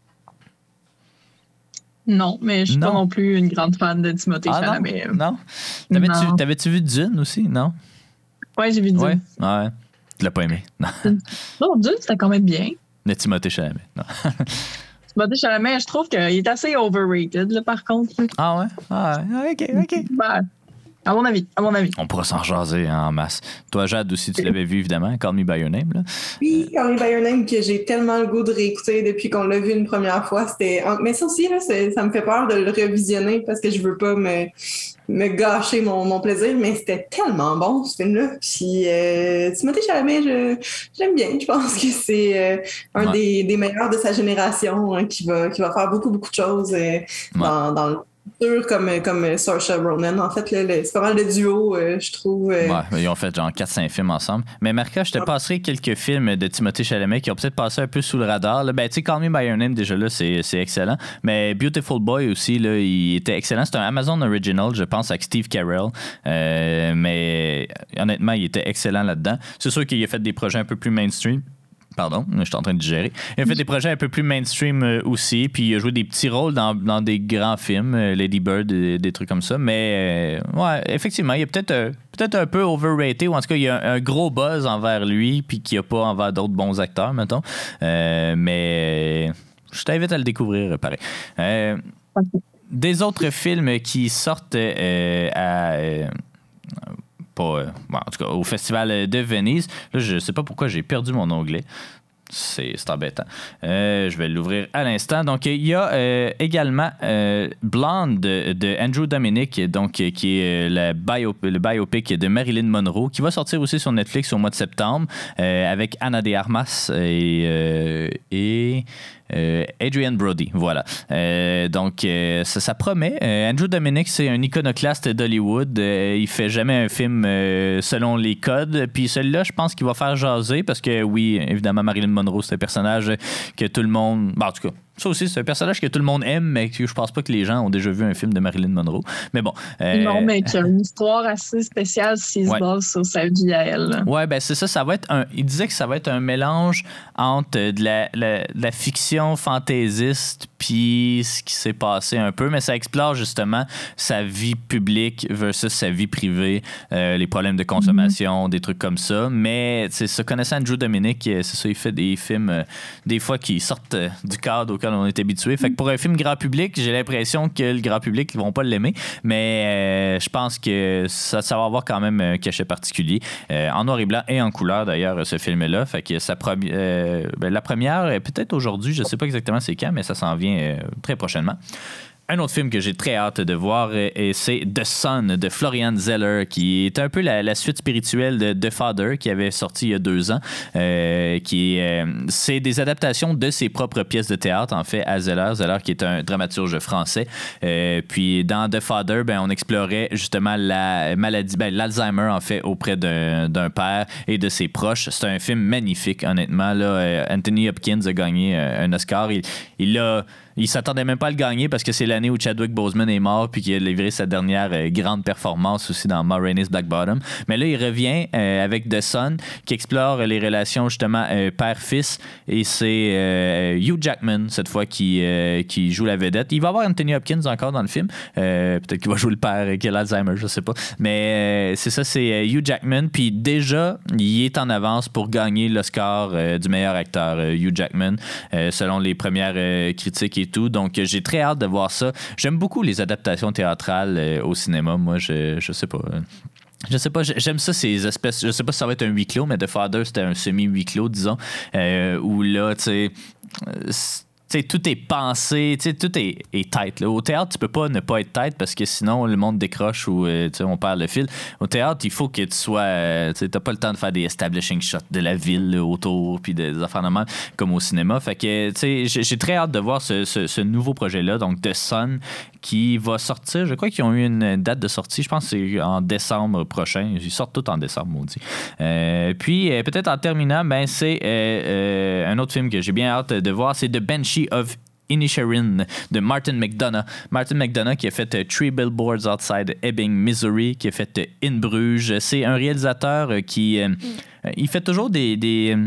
Non, mais je suis pas non plus une grande fan de Timothée Chalamet. Non? T'avais-tu vu Dune aussi, non? Ouais, j'ai vu Dune. Ouais. Tu l'as pas aimé? Non, Dune, c'était quand même bien. Le Timothée Chalamet, non. Timothée Chalamet, je trouve qu'il est assez overrated, là, par contre. Ah ouais? Ah ouais, OK. Ben, à mon avis. On pourra s'en jaser en masse. Toi, Jade, aussi, tu l'avais vu, évidemment, Call Me By Your Name, là. Oui, Call Me By Your Name, que j'ai tellement le goût de réécouter depuis qu'on l'a vu une première fois. Mais ça aussi, là, ça me fait peur de le revisionner parce que je veux pas me gâcher mon plaisir, mais c'était tellement bon, ce film-là. Puis Timothée Chalamet, j'aime bien. Je pense que c'est un des meilleurs de sa génération, hein, qui va faire beaucoup, beaucoup de choses dans le comme Saoirse Ronan. En fait, c'est pas mal de duo, je trouve. Ouais, ils ont fait genre 4-5 films ensemble. Mais Marca, je te passerai quelques films de Timothée Chalamet qui ont peut-être passé un peu sous le radar. Là. Ben, tu sais, Call Me By Your Name, déjà là, c'est excellent. Mais Beautiful Boy aussi, là, il était excellent. C'est un Amazon Original, je pense, avec Steve Carell. Mais honnêtement, il était excellent là-dedans. C'est sûr qu'il a fait des projets un peu plus mainstream. Pardon, je suis en train de digérer. Il a fait des projets un peu plus mainstream aussi, puis il a joué des petits rôles dans des grands films, Lady Bird, des trucs comme ça. Mais ouais, effectivement, il est peut-être un peu overrated, ou en tout cas, il y a un gros buzz envers lui, puis qu'il n'y a pas envers d'autres bons acteurs, mettons. Mais je t'invite à le découvrir, pareil. Des autres films qui sortent en tout cas, au Festival de Venise. Là, je sais pas pourquoi j'ai perdu mon onglet. C'est embêtant. Je vais l'ouvrir à l'instant. Donc, il y a également Blonde de Andrew Dominik, donc, qui est le biopic de Marilyn Monroe, qui va sortir aussi sur Netflix au mois de septembre, avec Ana de Armas et Adrian Brody, voilà. Donc, ça promet. Andrew Dominik, c'est un iconoclaste d'Hollywood. Il fait jamais un film selon les codes. Puis celui-là, je pense qu'il va faire jaser parce que, oui, évidemment, Marilyn Monroe, c'est un personnage que tout le monde... en tout cas, ça aussi, c'est un personnage que tout le monde aime, mais que je pense pas que les gens ont déjà vu un film de Marilyn Monroe. Mais bon. Non, mais qui a une histoire assez spéciale s'il se base sur sa vie à elle. Ouais, ben c'est ça. Ça va être il disait que ça va être un mélange entre de la fiction fantaisiste puis ce qui s'est passé un peu, mais ça explore justement sa vie publique versus sa vie privée, les problèmes de consommation, des trucs comme ça. Mais c'est ça, connaissant Andrew Dominik, c'est ça, il fait des films des fois qui sortent du cadre auquel on est habitué. Fait que pour un film grand public, j'ai l'impression que le grand public ils vont pas l'aimer, mais je pense que ça va avoir quand même un cachet particulier. En noir et blanc et en couleur d'ailleurs, ce film-là. Fait que la première est peut-être aujourd'hui, je sais pas exactement c'est quand, mais ça s'en vient très prochainement. Un autre film que j'ai très hâte de voir, c'est The Son de Florian Zeller, qui est un peu la suite spirituelle de The Father, qui avait sorti il y a 2 ans. C'est des adaptations de ses propres pièces de théâtre, en fait, à Zeller qui est un dramaturge français. Puis dans The Father, on explorait justement la maladie, l'Alzheimer, en fait, auprès d'un père et de ses proches. C'est un film magnifique, honnêtement. Là, Anthony Hopkins a gagné un Oscar. Il s'attendait même pas à le gagner parce que c'est l'année où Chadwick Boseman est mort puis qu'il a livré sa dernière grande performance aussi dans Ma Rainey's Black Bottom. Mais là, il revient avec The Son qui explore les relations justement père-fils et c'est Hugh Jackman cette fois qui joue la vedette. Il va y avoir Anthony Hopkins encore dans le film. Peut-être qu'il va jouer le père qui a l'Alzheimer, je sais pas. Mais c'est ça, c'est Hugh Jackman. Puis déjà, il est en avance pour gagner l'Oscar du meilleur acteur, Hugh Jackman, selon les premières critiques et tout. Donc, j'ai très hâte de voir ça. J'aime beaucoup les adaptations théâtrales au cinéma. Moi, je sais pas. Je sais pas, j'aime ça, ces espèces. Je sais pas si ça va être un huis clos, mais The Father, c'était un semi-huis clos, disons. Où là, tu sais, tout est pensé, tout est tight. Là. Au théâtre, tu peux pas ne pas être tight parce que sinon, le monde décroche ou on perd le fil. Au théâtre, il faut que tu sois... tu n'as pas le temps de faire des establishing shots de la ville là, autour puis des affaires de même comme au cinéma. Fait que j'ai très hâte de voir ce nouveau projet-là, donc The Son, qui va sortir. Je crois qu'ils ont eu une date de sortie. Je pense que c'est en décembre prochain. Ils sortent tout en décembre, maudit. Puis, peut-être en terminant, c'est un autre film que j'ai bien hâte de voir. C'est The Banshee of Inisherin de Martin McDonagh. Martin McDonagh qui a fait Three Billboards Outside Ebbing, Missouri, qui a fait In Bruges. C'est un réalisateur qui... il fait toujours des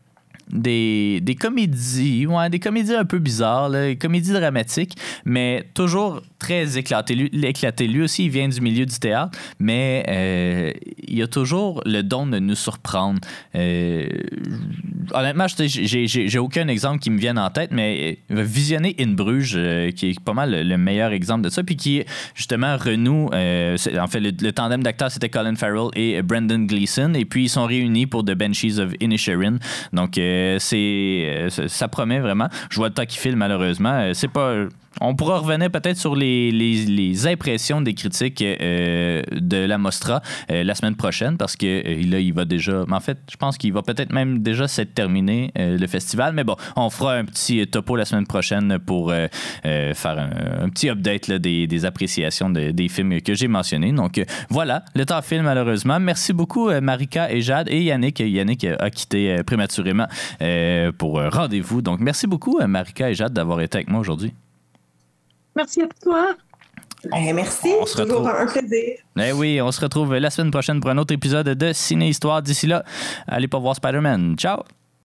comédies, des comédies un peu bizarres, là, des comédies dramatiques, mais toujours très éclaté. Lui aussi, il vient du milieu du théâtre, mais il a toujours le don de nous surprendre. Honnêtement, j'ai aucun exemple qui me vienne en tête, mais visionner In Bruges, qui est pas mal le meilleur exemple de ça, puis qui justement renoue, en fait, le tandem d'acteurs, c'était Colin Farrell et Brendan Gleeson, et puis ils sont réunis pour The Banshees of Inisherin. Donc, ça promet vraiment. Je vois le temps qui file, malheureusement. C'est pas... On pourra revenir peut-être sur les impressions des critiques de la Mostra la semaine prochaine parce que là, il va déjà... En fait, je pense qu'il va peut-être même déjà s'être terminé le festival. Mais bon, on fera un petit topo la semaine prochaine pour faire un petit update là, des appréciations des films que j'ai mentionnés. Donc voilà, le temps file malheureusement. Merci beaucoup Marika et Jade et Yannick. Yannick a quitté prématurément pour rendez-vous. Donc merci beaucoup Marika et Jade d'avoir été avec moi aujourd'hui. Merci à toi. Merci, toujours un plaisir. Oui, on se retrouve la semaine prochaine pour un autre épisode de Ciné Histoire. D'ici là, allez pas voir Spider-Man. Ciao!